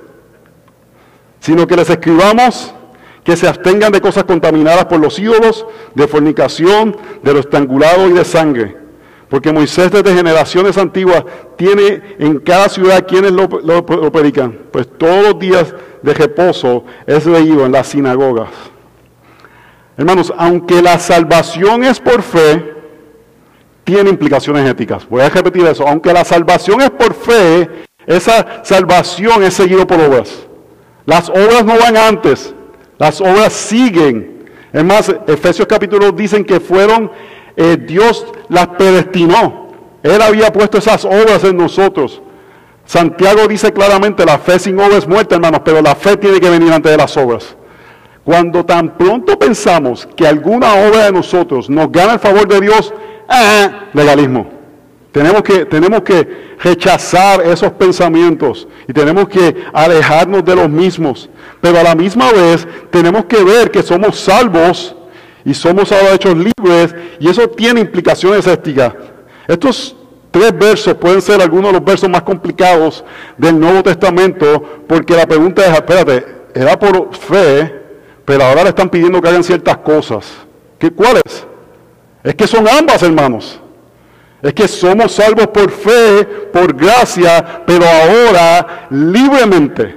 sino que les escribamos que se abstengan de cosas contaminadas por los ídolos, de fornicación, de lo estrangulado y de sangre. Porque Moisés desde generaciones antiguas tiene en cada ciudad quienes lo, lo, lo predican. Pues todos los días de reposo es leído en las sinagogas. Hermanos, aunque la salvación es por fe, tiene implicaciones éticas. Voy a repetir eso. Aunque la salvación es por fe, esa salvación es seguida por obras. Las obras no van antes, las obras siguen. Es más, Efesios capítulo dos dicen que fueron, eh, Dios las predestinó. Él había puesto esas obras en nosotros. Santiago dice claramente, la fe sin obras es muerta, hermanos, pero la fe tiene que venir antes de las obras. Cuando tan pronto pensamos que alguna obra de nosotros nos gana el favor de Dios, ¡ah! Legalismo. Tenemos que, tenemos que rechazar esos pensamientos y tenemos que alejarnos de los mismos. Pero a la misma vez tenemos que ver que somos salvos y somos ahora hechos libres, y eso tiene implicaciones éticas. Estos tres versos pueden ser algunos de los versos más complicados del Nuevo Testamento, porque la pregunta es, espérate, era por fe, pero ahora le están pidiendo que hagan ciertas cosas. ¿Qué, ¿Cuáles? Es que son ambas, hermanos. Es que somos salvos por fe, por gracia, pero ahora libremente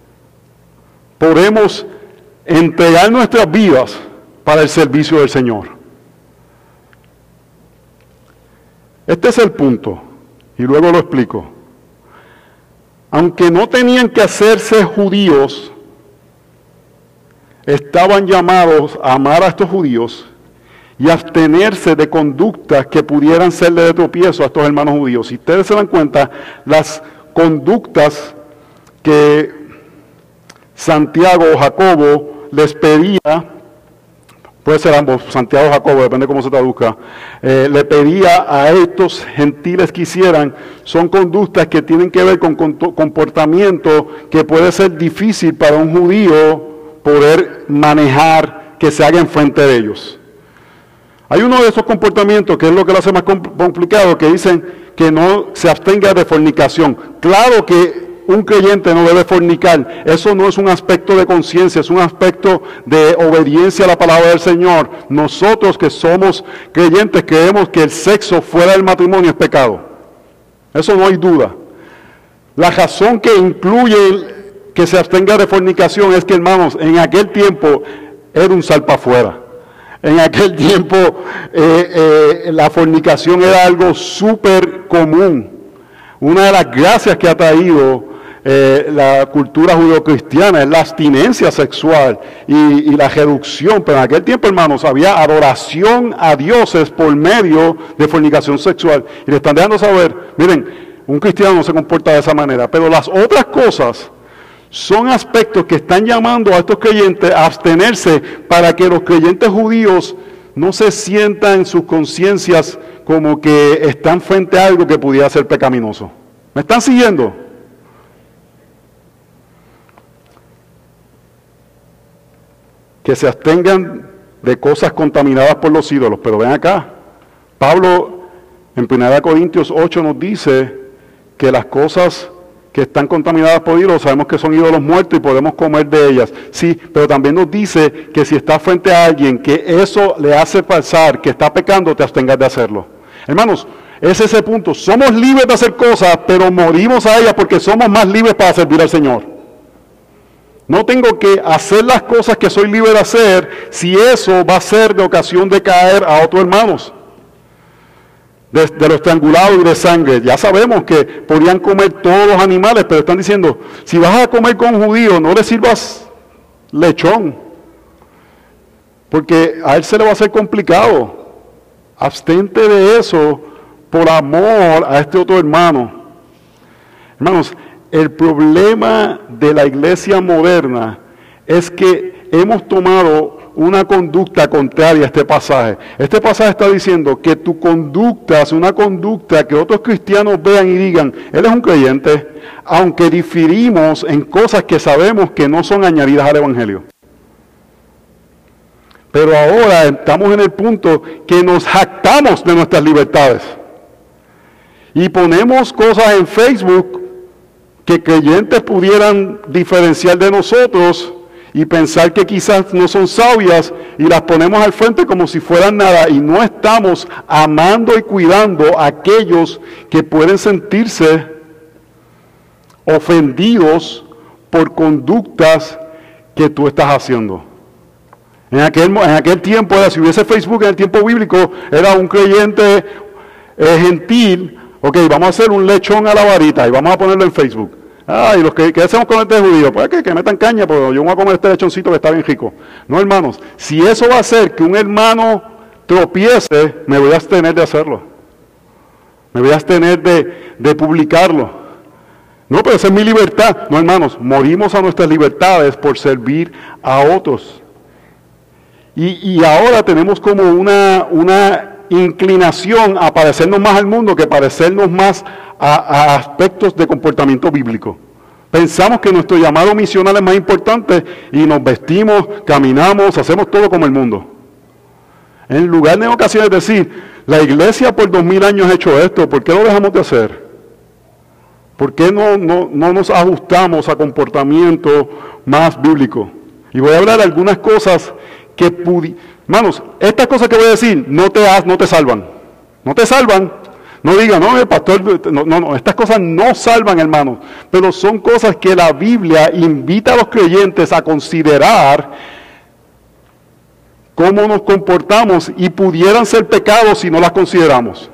podemos entregar nuestras vidas para el servicio del Señor. Este es el punto, y luego lo explico. Aunque no tenían que hacerse judíos, estaban llamados a amar a estos judíos y abstenerse de conductas que pudieran serle de tropiezo a estos hermanos judíos. Si ustedes se dan cuenta, las conductas que Santiago o Jacobo les pedía, puede ser ambos, Santiago o Jacobo, depende cómo se traduzca, eh, le pedía a estos gentiles que hicieran, son conductas que tienen que ver con comportamiento que puede ser difícil para un judío poder manejar, que se haga enfrente de ellos. Hay uno de esos comportamientos que es lo que lo hace más complicado, que dicen que no se abstenga de fornicación. Claro que un creyente no debe fornicar, eso no es un aspecto de conciencia, es un aspecto de obediencia a la palabra del Señor. Nosotros que somos creyentes creemos que el sexo fuera del matrimonio es pecado. Eso no hay duda. La razón que incluye que se abstenga de fornicación es que, hermanos, en aquel tiempo era un sal para afuera. En aquel tiempo eh, eh, la fornicación era algo súper común. Una de las gracias que ha traído eh, la cultura judeocristiana, es la abstinencia sexual y, y la reducción. Pero en aquel tiempo, hermanos, había adoración a dioses por medio de fornicación sexual. Y le están dejando saber, miren, un cristiano no se comporta de esa manera. Pero las otras cosas son aspectos que están llamando a estos creyentes a abstenerse para que los creyentes judíos no se sientan en sus conciencias como que están frente a algo que pudiera ser pecaminoso. ¿Me están siguiendo? Que se abstengan de cosas contaminadas por los ídolos. Pero ven acá, Pablo en primera Corintios ocho nos dice que las cosas que están contaminadas por ídolos, sabemos que son ídolos muertos y podemos comer de ellas. Sí, pero también nos dice que si estás frente a alguien que eso le hace pensar que está pecando, te abstengas de hacerlo. Hermanos, es ese punto. Somos libres de hacer cosas, pero morimos a ellas porque somos más libres para servir al Señor. No tengo que hacer las cosas que soy libre de hacer si eso va a ser de ocasión de caer a otros hermanos. De, de los estrangulados y de sangre. Ya sabemos que podían comer todos los animales, pero están diciendo, si vas a comer con judíos, no le sirvas lechón, porque a él se le va a hacer complicado. Abstente de eso por amor a este otro hermano. Hermanos, el problema de la iglesia moderna es que hemos tomado una conducta contraria a este pasaje. Este pasaje está diciendo que tu conducta es una conducta que otros cristianos vean y digan, él es un creyente, aunque diferimos en cosas que sabemos que no son añadidas al Evangelio. Pero ahora estamos en el punto que nos jactamos de nuestras libertades. Y ponemos cosas en Facebook que creyentes pudieran diferenciar de nosotros y pensar que quizás no son sabias y las ponemos al frente como si fueran nada y no estamos amando y cuidando a aquellos que pueden sentirse ofendidos por conductas que tú estás haciendo. En aquel, en aquel tiempo, si hubiese Facebook en el tiempo bíblico, era un creyente eh, gentil, ok, vamos a hacer un lechón a la varita y vamos a ponerlo en Facebook. Ah, y los que, ¿qué hacemos con este judío? Pues que, que metan caña, pero yo voy a comer este lechoncito que está bien rico. No, hermanos, si eso va a hacer que un hermano tropiece, me voy a abstener de hacerlo. Me voy a abstener de, de publicarlo. No, pero esa es mi libertad. No, hermanos, morimos a nuestras libertades por servir a otros. Y, y ahora tenemos como una, una inclinación a parecernos más al mundo que parecernos más a, a aspectos de comportamiento bíblico. Pensamos que nuestro llamado misional es más importante y nos vestimos, caminamos, hacemos todo como el mundo. En lugar de en ocasiones decir, la iglesia por dos mil años ha hecho esto, ¿por qué lo dejamos de hacer? ¿Por qué no, no, no nos ajustamos a comportamiento más bíblico? Y voy a hablar de algunas cosas que pudi... Hermanos, estas cosas que voy a decir no te, no te salvan. No te salvan. No digan, no, el pastor, no, no, no, estas cosas no salvan, hermanos. Pero son cosas que la Biblia invita a los creyentes a considerar cómo nos comportamos y pudieran ser pecados si no las consideramos.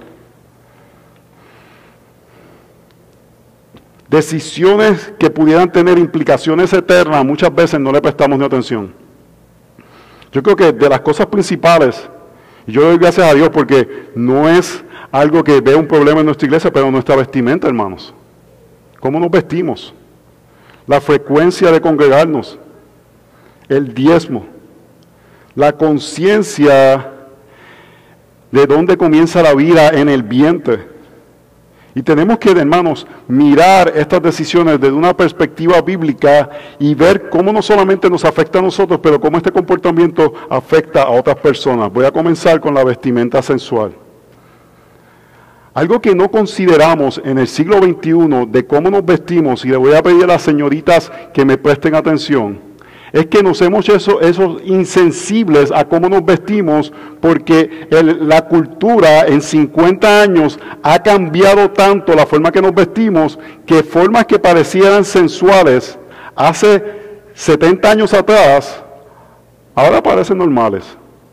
Decisiones que pudieran tener implicaciones eternas, muchas veces no le prestamos ni atención. Yo creo que de las cosas principales, y yo doy gracias a Dios porque no es algo que vea un problema en nuestra iglesia, pero nuestra vestimenta, hermanos. ¿Cómo nos vestimos? La frecuencia de congregarnos, el diezmo, la conciencia de dónde comienza la vida en el vientre. Y tenemos que, hermanos, mirar estas decisiones desde una perspectiva bíblica y ver cómo no solamente nos afecta a nosotros, pero cómo este comportamiento afecta a otras personas. Voy a comenzar con la vestimenta sensual. Algo que no consideramos en el siglo veintiuno de cómo nos vestimos, y le voy a pedir a las señoritas que me presten atención, es que nos hemos hecho esos insensibles a cómo nos vestimos, porque el, la cultura en cincuenta años ha cambiado tanto la forma que nos vestimos, que formas que parecieran sensuales hace setenta años atrás, ahora parecen normales.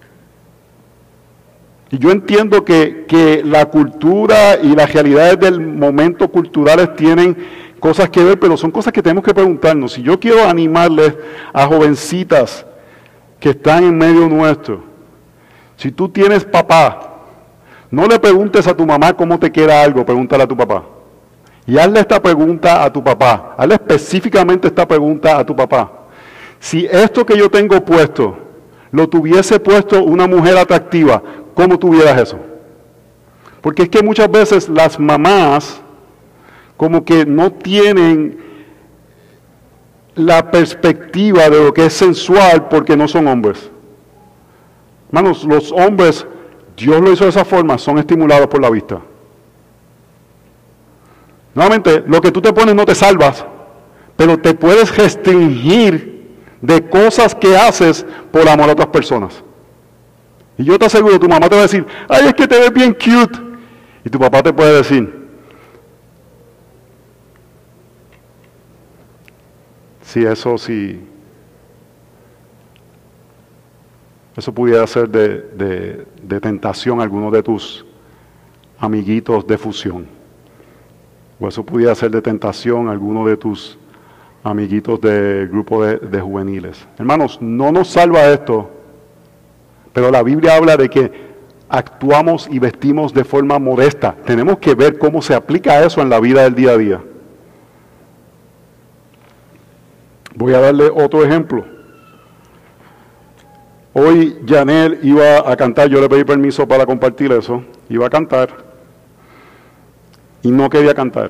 Y yo entiendo que, que la cultura y las realidades del momento culturales tienen cosas que ver, pero son cosas que tenemos que preguntarnos. Si yo quiero animarles a jovencitas que están en medio nuestro, si tú tienes papá, no le preguntes a tu mamá cómo te queda algo, pregúntale a tu papá. Y hazle esta pregunta a tu papá, hazle específicamente esta pregunta a tu papá. Si esto que yo tengo puesto, lo tuviese puesto una mujer atractiva, ¿cómo tuvieras eso? Porque es que muchas veces las mamás como que no tienen la perspectiva de lo que es sensual porque no son hombres. Hermanos, los hombres, Dios lo hizo de esa forma, son estimulados por la vista. Nuevamente, lo que tú te pones no te salvas, pero te puedes restringir de cosas que haces por amor a otras personas. Y yo te aseguro, tu mamá te va a decir, ay, es que te ves bien cute. Y tu papá te puede decir, sí, eso sí, eso pudiera ser de, de, de tentación a algunos de tus amiguitos de fusión. O eso pudiera ser de tentación a algunos de tus amiguitos del grupo de, de juveniles. Hermanos, no nos salva esto, pero la Biblia habla de que actuamos y vestimos de forma modesta. Tenemos que ver cómo se aplica eso en la vida del día a día. Voy a darle otro ejemplo. Hoy Janel iba a cantar, yo le pedí permiso para compartir eso, iba a cantar y no quería cantar.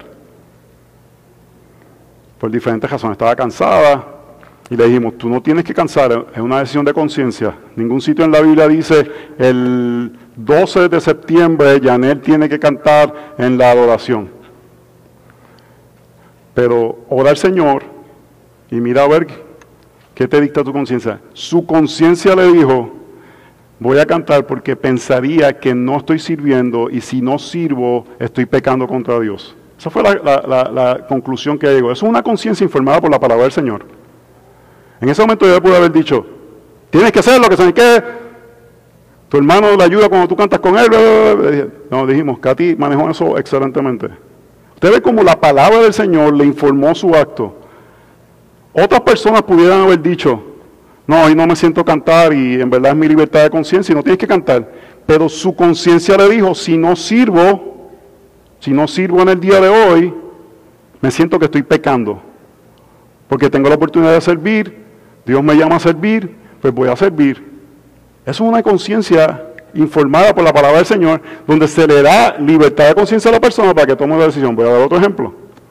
Por diferentes razones, estaba cansada y le dijimos, tú no tienes que cansar, es una decisión de conciencia. Ningún sitio en la Biblia dice, el doce de septiembre Janel tiene que cantar en la adoración. Pero ora al Señor y mira a ver qué te dicta tu conciencia. Su conciencia le dijo, voy a cantar porque pensaría que no estoy sirviendo y si no sirvo estoy pecando contra Dios. Esa fue la, la, la, la conclusión que llegó. Eso es una conciencia informada por la palabra del Señor. En ese momento yo pude haber dicho, tienes que hacer lo que se que tu hermano le ayuda cuando tú cantas con él. No, dijimos, Katy manejó eso excelentemente. Usted ve cómo la palabra del Señor le informó su acto. Otras personas pudieran haber dicho, no, hoy no me siento cantar y en verdad es mi libertad de conciencia y no tienes que cantar. Pero su conciencia le dijo, si no sirvo, si no sirvo en el día de hoy, me siento que estoy pecando. Porque tengo la oportunidad de servir, Dios me llama a servir, pues voy a servir. Eso es una conciencia informada por la palabra del Señor, donde se le da libertad de conciencia a la persona para que tome la decisión. Voy a dar otro ejemplo.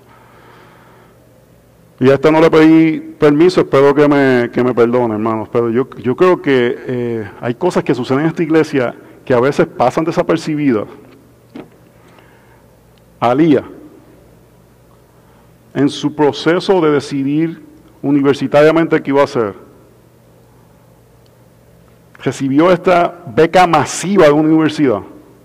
Y a este no le pedí permiso, espero que me, que me perdone, hermanos. Pero yo, yo creo que eh, hay cosas que suceden en esta iglesia que a veces pasan desapercibidas. Alía, en su proceso de decidir universitariamente qué iba a hacer, recibió esta beca masiva de una universidad.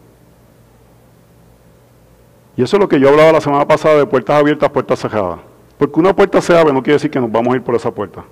Y eso es lo que yo hablaba la semana pasada de puertas abiertas, puertas cerradas. Porque una puerta se abre no quiere decir que nos vamos a ir por esa puerta.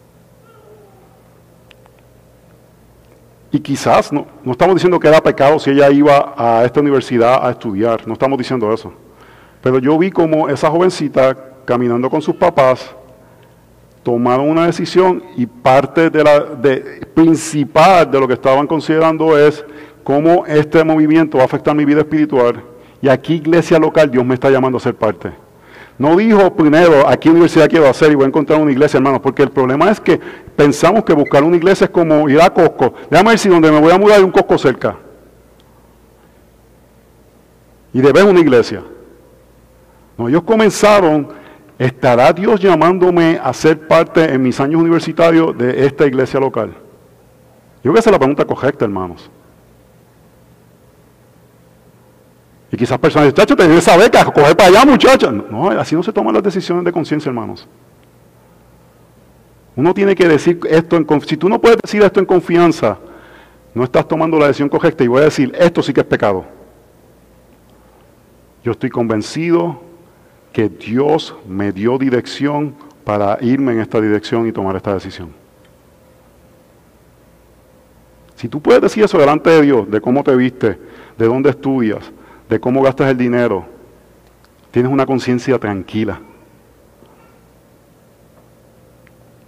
Y quizás, no, no estamos diciendo que era pecado si ella iba a esta universidad a estudiar, no estamos diciendo eso. Pero yo vi como esa jovencita, caminando con sus papás, tomaron una decisión y parte de la de, principal de lo que estaban considerando es cómo este movimiento va a afectar mi vida espiritual. Y aquí, iglesia local, Dios me está llamando a ser parte. No dijo primero, ¿a qué universidad quiero hacer? Y voy a encontrar una iglesia, hermanos, porque el problema es que pensamos que buscar una iglesia es como ir a Costco. Déjame ver si donde me voy a mudar hay un Costco cerca. Y de ver una iglesia. No, ellos comenzaron, ¿estará Dios llamándome a ser parte en mis años universitarios de esta iglesia local? Yo creo que esa es la pregunta correcta, hermanos. Y quizás personas dicen, chacho, tenés esa beca, coger para allá, muchachos. No, así no se toman las decisiones de conciencia, hermanos. Uno tiene que decir esto en confianza. Si tú no puedes decir esto en confianza, no estás tomando la decisión correcta. Y voy a decir, esto sí que es pecado. Yo estoy convencido que Dios me dio dirección para irme en esta dirección y tomar esta decisión. Si tú puedes decir eso delante de Dios, de cómo te viste, de dónde estudias, de cómo gastas el dinero, tienes una conciencia tranquila.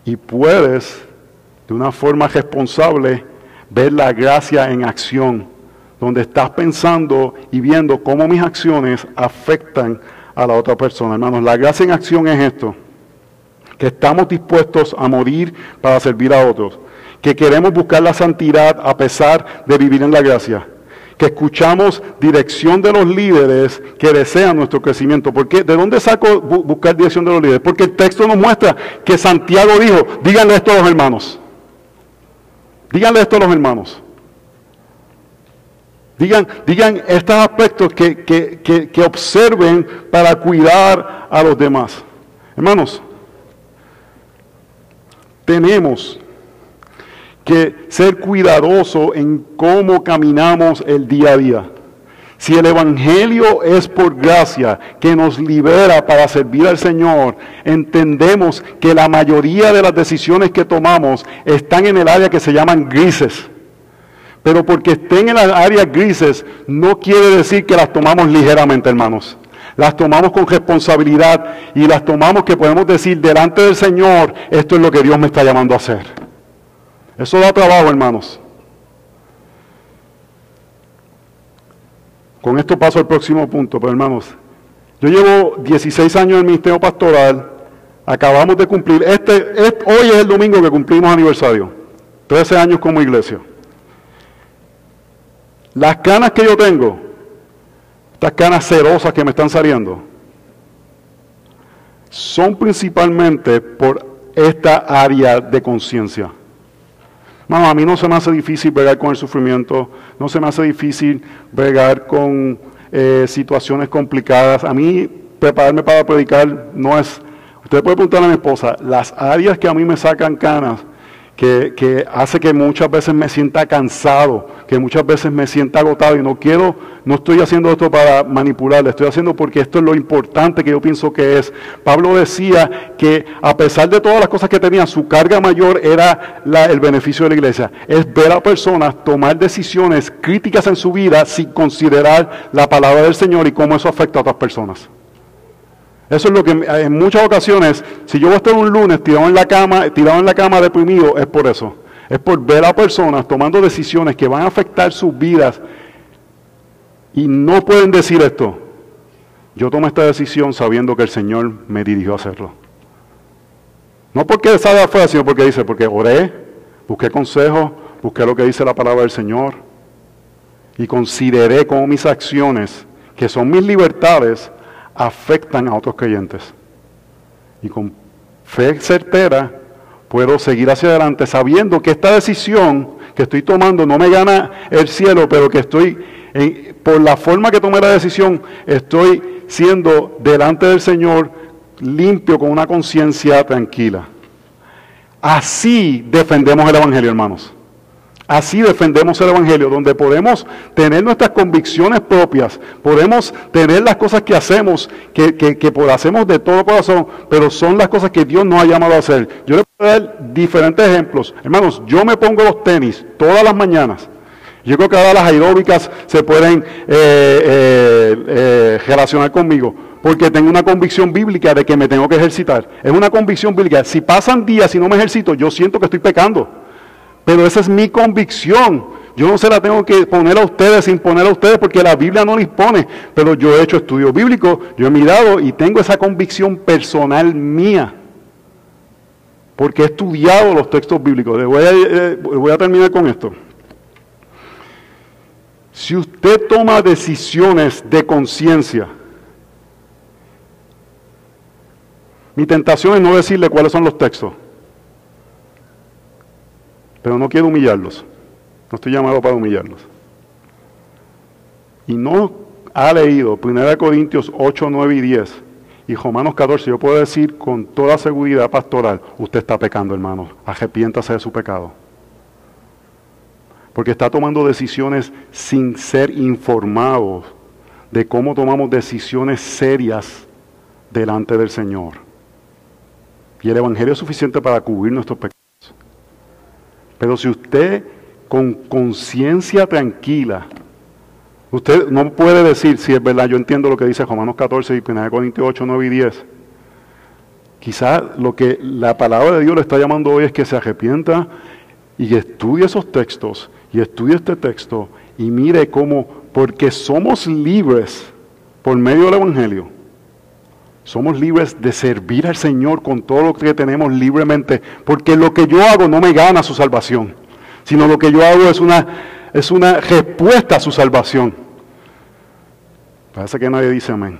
y puedes, de una forma responsable, ver la gracia en acción, donde estás pensando y viendo cómo mis acciones afectan a la otra persona. Hermanos, la gracia en acción es esto, que estamos dispuestos a morir para servir a otros, que queremos buscar la santidad a pesar de vivir en la gracia, que escuchamos dirección de los líderes que desean nuestro crecimiento. ¿Por qué? ¿De dónde saco bu- buscar dirección de los líderes? Porque el texto nos muestra que Santiago dijo, díganle esto a los hermanos. Díganle esto a los hermanos. Digan, digan estos aspectos que, que, que, que observen para cuidar a los demás. Hermanos, tenemos que ser cuidadosos en cómo caminamos el día a día. Si el Evangelio es por gracia, que nos libera para servir al Señor, entendemos que la mayoría de las decisiones que tomamos están en el área que se llaman grises. Pero porque estén en las áreas grises, no quiere decir que las tomamos ligeramente, hermanos. Las tomamos con responsabilidad y las tomamos que podemos decir delante del Señor, esto es lo que Dios me está llamando a hacer. Eso da trabajo, hermanos. Con esto paso al próximo punto, pero hermanos, yo llevo dieciséis años en el ministerio pastoral, acabamos de cumplir, este, este, hoy es el domingo que cumplimos aniversario, trece años como iglesia. Las canas que yo tengo, estas canas cerosas que me están saliendo, son principalmente por esta área de conciencia. Hermano, a mí no se me hace difícil bregar con el sufrimiento, no se me hace difícil bregar con eh, situaciones complicadas. A mí prepararme para predicar no es... Usted puede preguntar a mi esposa, las áreas que a mí me sacan canas, que, que hace que muchas veces me sienta cansado, que muchas veces me sienta agotado y no quiero, no estoy haciendo esto para manipular, estoy haciendo porque esto es lo importante que yo pienso que es. Pablo decía que a pesar de todas las cosas que tenía, su carga mayor era la, el beneficio de la iglesia. Es ver a personas tomar decisiones críticas en su vida sin considerar la palabra del Señor y cómo eso afecta a otras personas. Eso es lo que en muchas ocasiones, si yo voy a estar un lunes tirado en la cama, tirado en la cama deprimido, es por eso. Es por ver a personas tomando decisiones que van a afectar sus vidas y no pueden decir esto. Yo tomé esta decisión sabiendo que el Señor me dirigió a hacerlo. No porque salga afuera, sino porque dice, porque oré, busqué consejo, busqué lo que dice la palabra del Señor y consideré cómo mis acciones, que son mis libertades, afectan a otros creyentes. Y con fe certera puedo seguir hacia adelante sabiendo que esta decisión que estoy tomando no me gana el cielo, pero que estoy, en, por la forma que tomé la decisión, estoy siendo delante del Señor limpio con una conciencia tranquila. Así defendemos el Evangelio, hermanos. Así defendemos el Evangelio, donde podemos tener nuestras convicciones propias, podemos tener las cosas que hacemos, que, que, que hacemos de todo corazón, pero son las cosas que Dios nos ha llamado a hacer. Yo les voy a dar diferentes ejemplos. Hermanos, yo me pongo los tenis todas las mañanas. Yo creo que ahora las aeróbicas se pueden eh, eh, eh, relacionar conmigo, porque tengo una convicción bíblica de que me tengo que ejercitar. Es una convicción bíblica. Si pasan días y no me ejercito, yo siento que estoy pecando. Pero esa es mi convicción. Yo no se la tengo que poner a ustedes, imponer a ustedes, porque la Biblia no la impone. Pero yo he hecho estudios bíblicos, yo he mirado y tengo esa convicción personal mía. Porque he estudiado los textos bíblicos. Les voy a, eh, voy a terminar con esto. Si usted toma decisiones de conciencia, mi tentación es no decirle cuáles son los textos. Pero no quiero humillarlos. No estoy llamado para humillarlos. Y no ha leído primera Corintios ocho, nueve y diez y Romanos catorce. Yo puedo decir con toda seguridad pastoral, usted está pecando, hermano. Arrepiéntase de su pecado. Porque está tomando decisiones sin ser informados de cómo tomamos decisiones serias delante del Señor. Y el Evangelio es suficiente para cubrir nuestros pecados. Pero si usted con conciencia tranquila, usted no puede decir, si es verdad, yo entiendo lo que dice Romanos catorce y primera Corintios ocho, nueve y diez, Quizás lo que la palabra de Dios le está llamando hoy es que se arrepienta y estudie esos textos, y estudie este texto, y mire cómo, porque somos libres por medio del Evangelio, somos libres de servir al Señor con todo lo que tenemos libremente, porque lo que yo hago no me gana su salvación, sino lo que yo hago es una, es una respuesta a su salvación. Parece que nadie dice amén.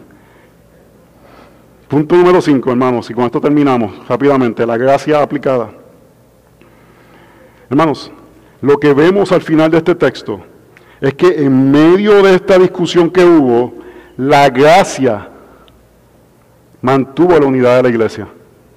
Punto número cinco, hermanos, y con esto terminamos rápidamente, la gracia aplicada. Hermanos, lo que vemos al final de este texto es que en medio de esta discusión que hubo, la gracia mantuvo la unidad de la iglesia.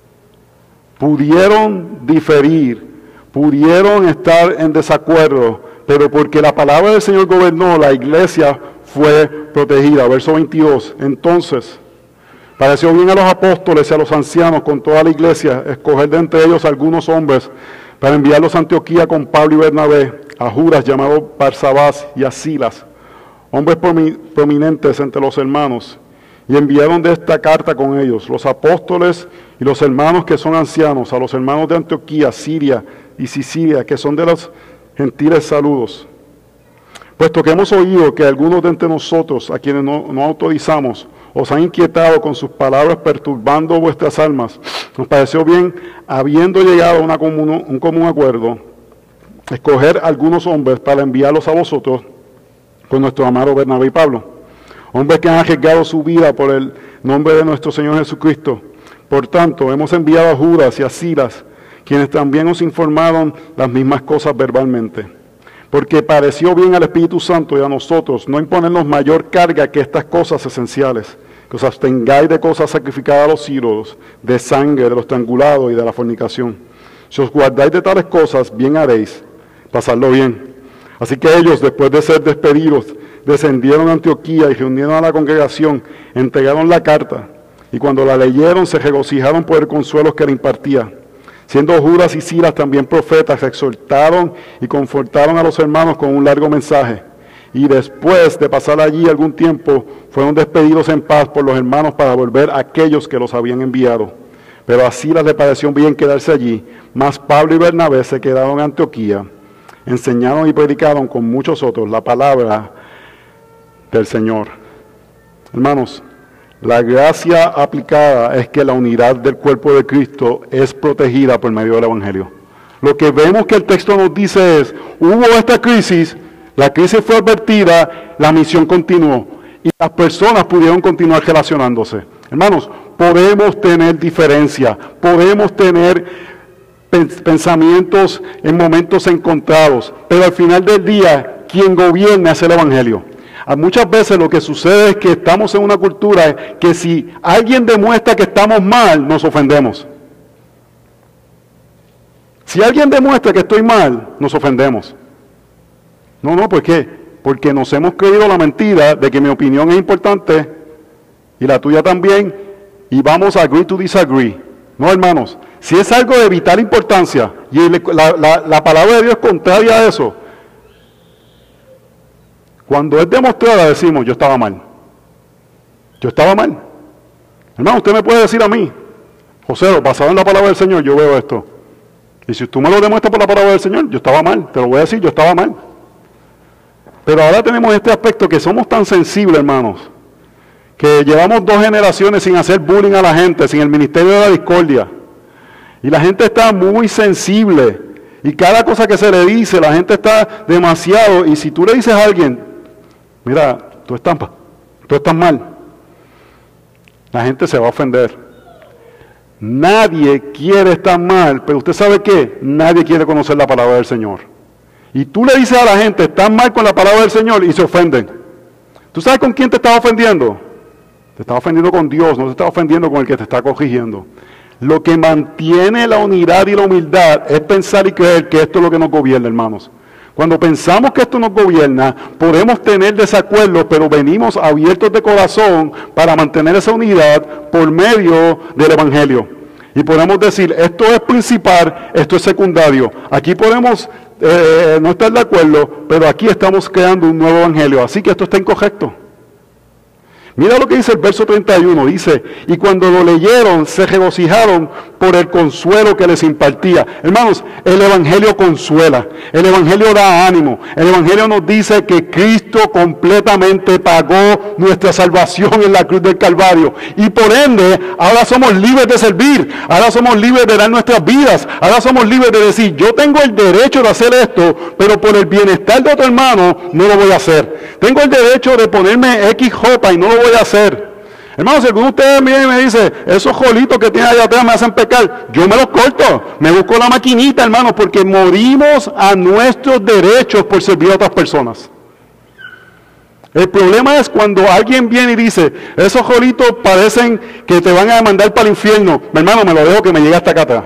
Pudieron diferir, pudieron estar en desacuerdo, pero porque la palabra del Señor gobernó, la iglesia fue protegida. Verso veintidós, entonces pareció bien a los apóstoles y a los ancianos con toda la iglesia escoger de entre ellos algunos hombres para enviarlos a Antioquía con Pablo y Bernabé, a Judas llamado Barsabás y a Silas, hombres prominentes entre los hermanos, y enviaron de esta carta con ellos los apóstoles y los hermanos que son ancianos, a los hermanos de Antioquía, Siria y Sicilia, que son de los gentiles saludos. Puesto que hemos oído que algunos de entre nosotros, a quienes no, no autorizamos, os han inquietado con sus palabras perturbando vuestras almas, nos pareció bien, habiendo llegado a una común, un común acuerdo, escoger algunos hombres para enviarlos a vosotros con nuestro amado Bernabé y Pablo, hombres que han arriesgado su vida por el nombre de nuestro Señor Jesucristo. Por tanto, hemos enviado a Judas y a Silas, quienes también os informaron las mismas cosas verbalmente, porque pareció bien al Espíritu Santo y a nosotros no imponernos mayor carga que estas cosas esenciales, que os abstengáis de cosas sacrificadas a los ídolos, de sangre, de los estrangulados y de la fornicación. Si os guardáis de tales cosas, bien haréis, pasadlo bien. Así que ellos, después de ser despedidos, descendieron a Antioquía y reunieron a la congregación, entregaron la carta, y cuando la leyeron se regocijaron por el consuelo que le impartía. Siendo Judas y Silas también profetas, exhortaron y confortaron a los hermanos con un largo mensaje. Y después de pasar allí algún tiempo, fueron despedidos en paz por los hermanos para volver a aquellos que los habían enviado. Pero a Silas le pareció bien quedarse allí, mas Pablo y Bernabé se quedaron en Antioquía, enseñaron y predicaron con muchos otros la palabra del Señor. Hermanos, la gracia aplicada es que la unidad del cuerpo de Cristo es protegida por medio del Evangelio. Lo que vemos que el texto nos dice es, hubo esta crisis, la crisis fue advertida, la misión continuó y las personas pudieron continuar relacionándose. Hermanos, podemos tener diferencia, podemos tener pensamientos en momentos encontrados, pero al final del día, quien gobierna es el Evangelio. Muchas veces lo que sucede es que estamos en una cultura que si alguien demuestra que estamos mal, nos ofendemos. Si alguien demuestra que estoy mal, nos ofendemos. No, no, ¿por qué? Porque nos hemos creído la mentira de que mi opinión es importante y la tuya también, y vamos a agree to disagree. No, hermanos, si es algo de vital importancia y la, la, la palabra de Dios es contraria a eso, cuando es demostrada decimos, yo estaba mal. Yo estaba mal. Hermano, usted me puede decir a mí, José, basado en la palabra del Señor, yo veo esto. Y si tú me lo demuestras por la palabra del Señor, yo estaba mal. Te lo voy a decir, yo estaba mal. Pero ahora tenemos este aspecto que somos tan sensibles, hermanos, que llevamos dos generaciones sin hacer bullying a la gente, sin el ministerio de la discordia. Y la gente está muy sensible. Y cada cosa que se le dice, la gente está demasiado. Y si tú le dices a alguien, mira, tú estás, tú estás mal, la gente se va a ofender. Nadie quiere estar mal, pero usted sabe qué, nadie quiere conocer la palabra del Señor. Y tú le dices a la gente, estás mal con la palabra del Señor, y se ofenden. ¿Tú sabes con quién te estás ofendiendo? Te estás ofendiendo con Dios, no te estás ofendiendo con el que te está corrigiendo. Lo que mantiene la unidad y la humildad es pensar y creer que esto es lo que nos gobierna, hermanos. Cuando pensamos que esto nos gobierna, podemos tener desacuerdos, pero venimos abiertos de corazón para mantener esa unidad por medio del Evangelio. Y podemos decir, esto es principal, esto es secundario. Aquí podemos eh, no estar de acuerdo, pero aquí estamos creando un nuevo Evangelio. Así que esto está incorrecto. Mira lo que dice el verso treinta y uno, dice, y cuando lo leyeron se regocijaron por el consuelo que les impartía. Hermanos, el Evangelio consuela, el Evangelio da ánimo, el Evangelio nos dice que Cristo completamente pagó nuestra salvación en la cruz del Calvario, y por ende, ahora somos libres de servir, ahora somos libres de dar nuestras vidas, ahora somos libres de decir, yo tengo el derecho de hacer esto, pero por el bienestar de otro hermano, no lo voy a hacer. Tengo el derecho de ponerme X J y no lo voy a hacer. Hermanos, si alguno de ustedes viene y me dice, esos jolitos que tienen allá atrás me hacen pecar, yo me los corto, me busco la maquinita, hermanos, porque morimos a nuestros derechos por servir a otras personas. El problema es cuando alguien viene y dice, esos jolitos parecen que te van a mandar para el infierno. Mi hermano, me lo dejo que me llegue hasta acá atrás.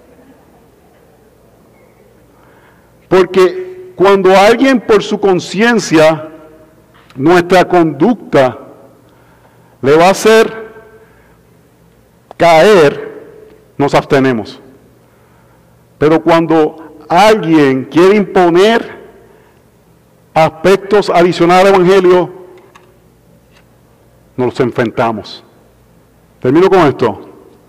Porque cuando alguien por su conciencia, nuestra conducta le va a hacer caer, nos abstenemos. Pero cuando alguien quiere imponer aspectos adicionales al Evangelio, nos enfrentamos. Termino con esto.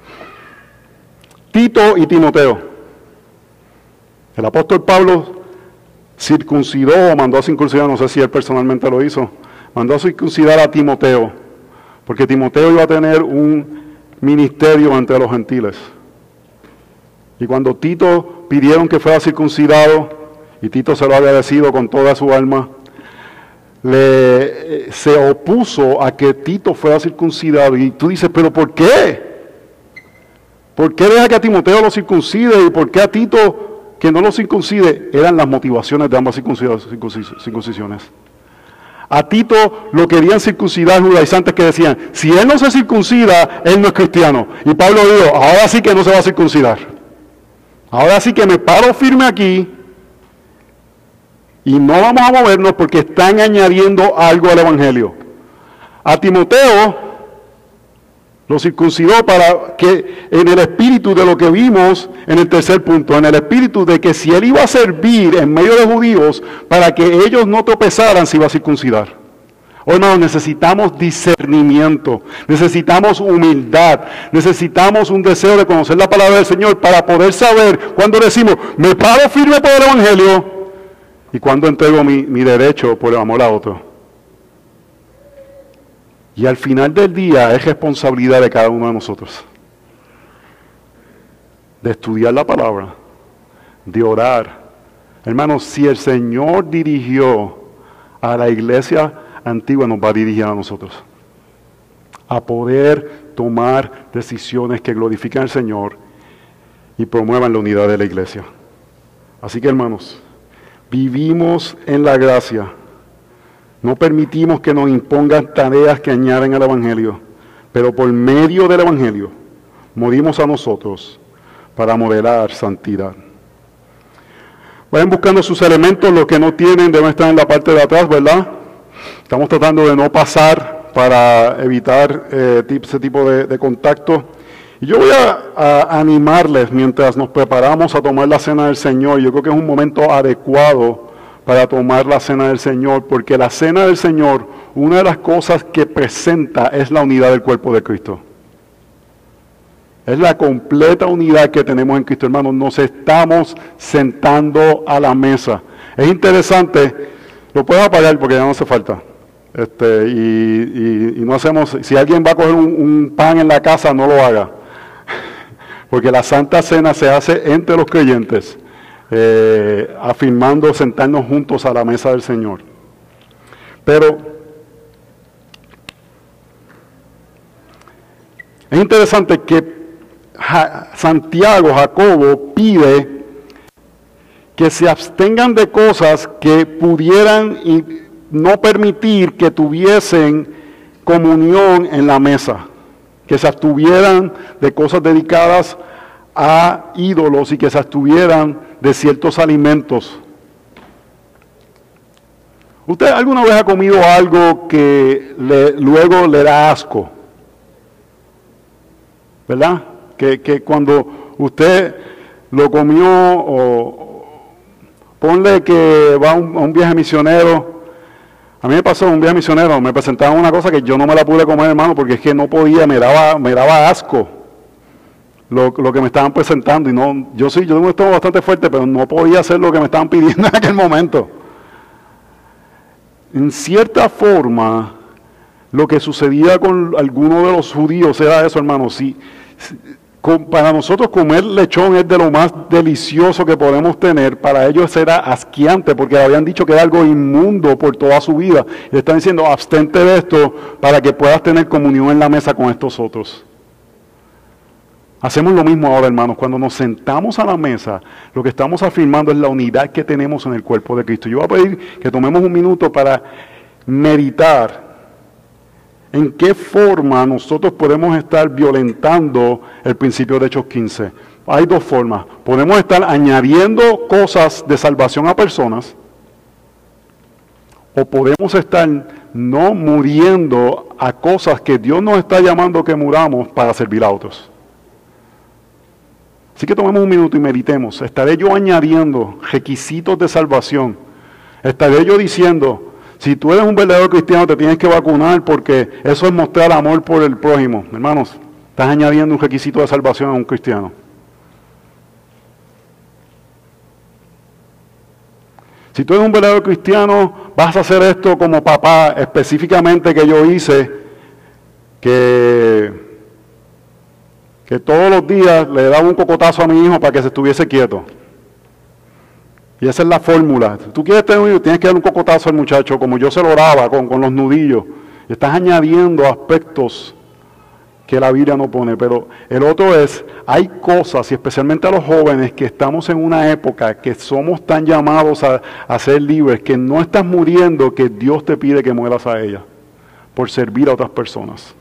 Tito y Timoteo. El apóstol Pablo circuncidó o mandó a circuncidar, no sé si él personalmente lo hizo, mandó a circuncidar a Timoteo, porque Timoteo iba a tener un ministerio entre los gentiles. Y cuando Tito pidieron que fuera circuncidado, y Tito se lo había decidido con toda su alma, le, se opuso a que Tito fuera circuncidado. Y tú dices, ¿pero por qué? ¿Por qué deja que a Timoteo lo circuncide? ¿Y por qué a Tito que no lo circuncide? Eran las motivaciones de ambas circuncisiones. A Tito lo querían circuncidar judaizantes que decían, si él no se circuncida, él no es cristiano. Y Pablo dijo, ahora sí que no se va a circuncidar. Ahora sí que me paro firme aquí y no vamos a movernos porque están añadiendo algo al Evangelio. A Timoteo lo circuncidó para que en el espíritu de lo que vimos en el tercer punto, en el espíritu de que si él iba a servir en medio de judíos, para que ellos no tropezaran, se iba a circuncidar. Oh, hermanos, necesitamos discernimiento, necesitamos humildad, necesitamos un deseo de conocer la palabra del Señor para poder saber cuando decimos, me paro firme por el Evangelio, y cuando entrego mi, mi derecho por el amor a otro. Y al final del día es responsabilidad de cada uno de nosotros de estudiar la palabra, de orar. Hermanos, si el Señor dirigió a la iglesia antigua, nos va a dirigir a nosotros a poder tomar decisiones que glorifiquen al Señor y promuevan la unidad de la iglesia. Así que, hermanos, vivimos en la gracia. No permitimos que nos impongan tareas que añaden al Evangelio, pero por medio del Evangelio morimos a nosotros para modelar santidad. Vayan buscando sus elementos, los que no tienen deben estar en la parte de atrás, ¿verdad? Estamos tratando de no pasar para evitar eh, ese tipo de, de contacto. Y yo voy a, a animarles mientras nos preparamos a tomar la cena del Señor. Yo creo que es un momento adecuado para tomar la cena del Señor, porque la cena del Señor, una de las cosas que presenta es la unidad del cuerpo de Cristo. Es la completa unidad que tenemos en Cristo, hermanos. Nos estamos sentando a la mesa. Es interesante, lo puedes apagar porque ya no hace falta. Este, y, y, y no hacemos, si alguien va a coger un, un pan en la casa, no lo haga. Porque la Santa Cena se hace entre los creyentes. Eh, afirmando sentarnos juntos a la mesa del Señor. Pero es interesante que ja, Santiago, Jacobo, pide que se abstengan de cosas que pudieran y no permitir que tuviesen comunión en la mesa, que se abstuvieran de cosas dedicadas a ídolos y que se abstuvieran de ciertos alimentos. ¿Usted alguna vez ha comido algo que le, luego le da asco? ¿Verdad? Que, que cuando usted lo comió, o ponle que va a un, a un viaje misionero, A mí me pasó un viaje misionero, me presentaban una cosa que yo no me la pude comer, hermano, porque es que no podía, me daba, me daba asco lo, lo que me estaban presentando. Y no, yo sí, yo tengo un estómago bastante fuerte, pero no podía hacer lo que me estaban pidiendo en aquel momento. En cierta forma, lo que sucedía con algunos de los judíos era eso, hermano. Si, si, con, para nosotros comer lechón es de lo más delicioso que podemos tener. Para ellos era asqueante porque habían dicho que era algo inmundo por toda su vida. Y le están diciendo, abstente de esto para que puedas tener comunión en la mesa con estos otros. Hacemos lo mismo ahora, hermanos. Cuando nos sentamos a la mesa, lo que estamos afirmando es la unidad que tenemos en el cuerpo de Cristo. Yo voy a pedir que tomemos un minuto para meditar en qué forma nosotros podemos estar violentando el principio de Hechos quince. Hay dos formas. Podemos estar añadiendo cosas de salvación a personas, o podemos estar no muriendo a cosas que Dios nos está llamando que muramos para servir a otros. Así que tomemos un minuto y meditemos. ¿Estaré yo añadiendo requisitos de salvación? ¿Estaré yo diciendo, si tú eres un verdadero cristiano te tienes que vacunar porque eso es mostrar amor por el prójimo? Hermanos, estás añadiendo un requisito de salvación a un cristiano. Si tú eres un verdadero cristiano, vas a hacer esto como papá, específicamente que yo hice, que... que todos los días le daba un cocotazo a mi hijo para que se estuviese quieto. Y esa es la fórmula. Si tú quieres tener un hijo, tienes que dar un cocotazo al muchacho, como yo se lo daba, con, con los nudillos. Y estás añadiendo aspectos que la Biblia no pone. Pero el otro es, hay cosas, y especialmente a los jóvenes, que estamos en una época que somos tan llamados a, a ser libres, que no estás muriendo, que Dios te pide que mueras a ella, por servir a otras personas.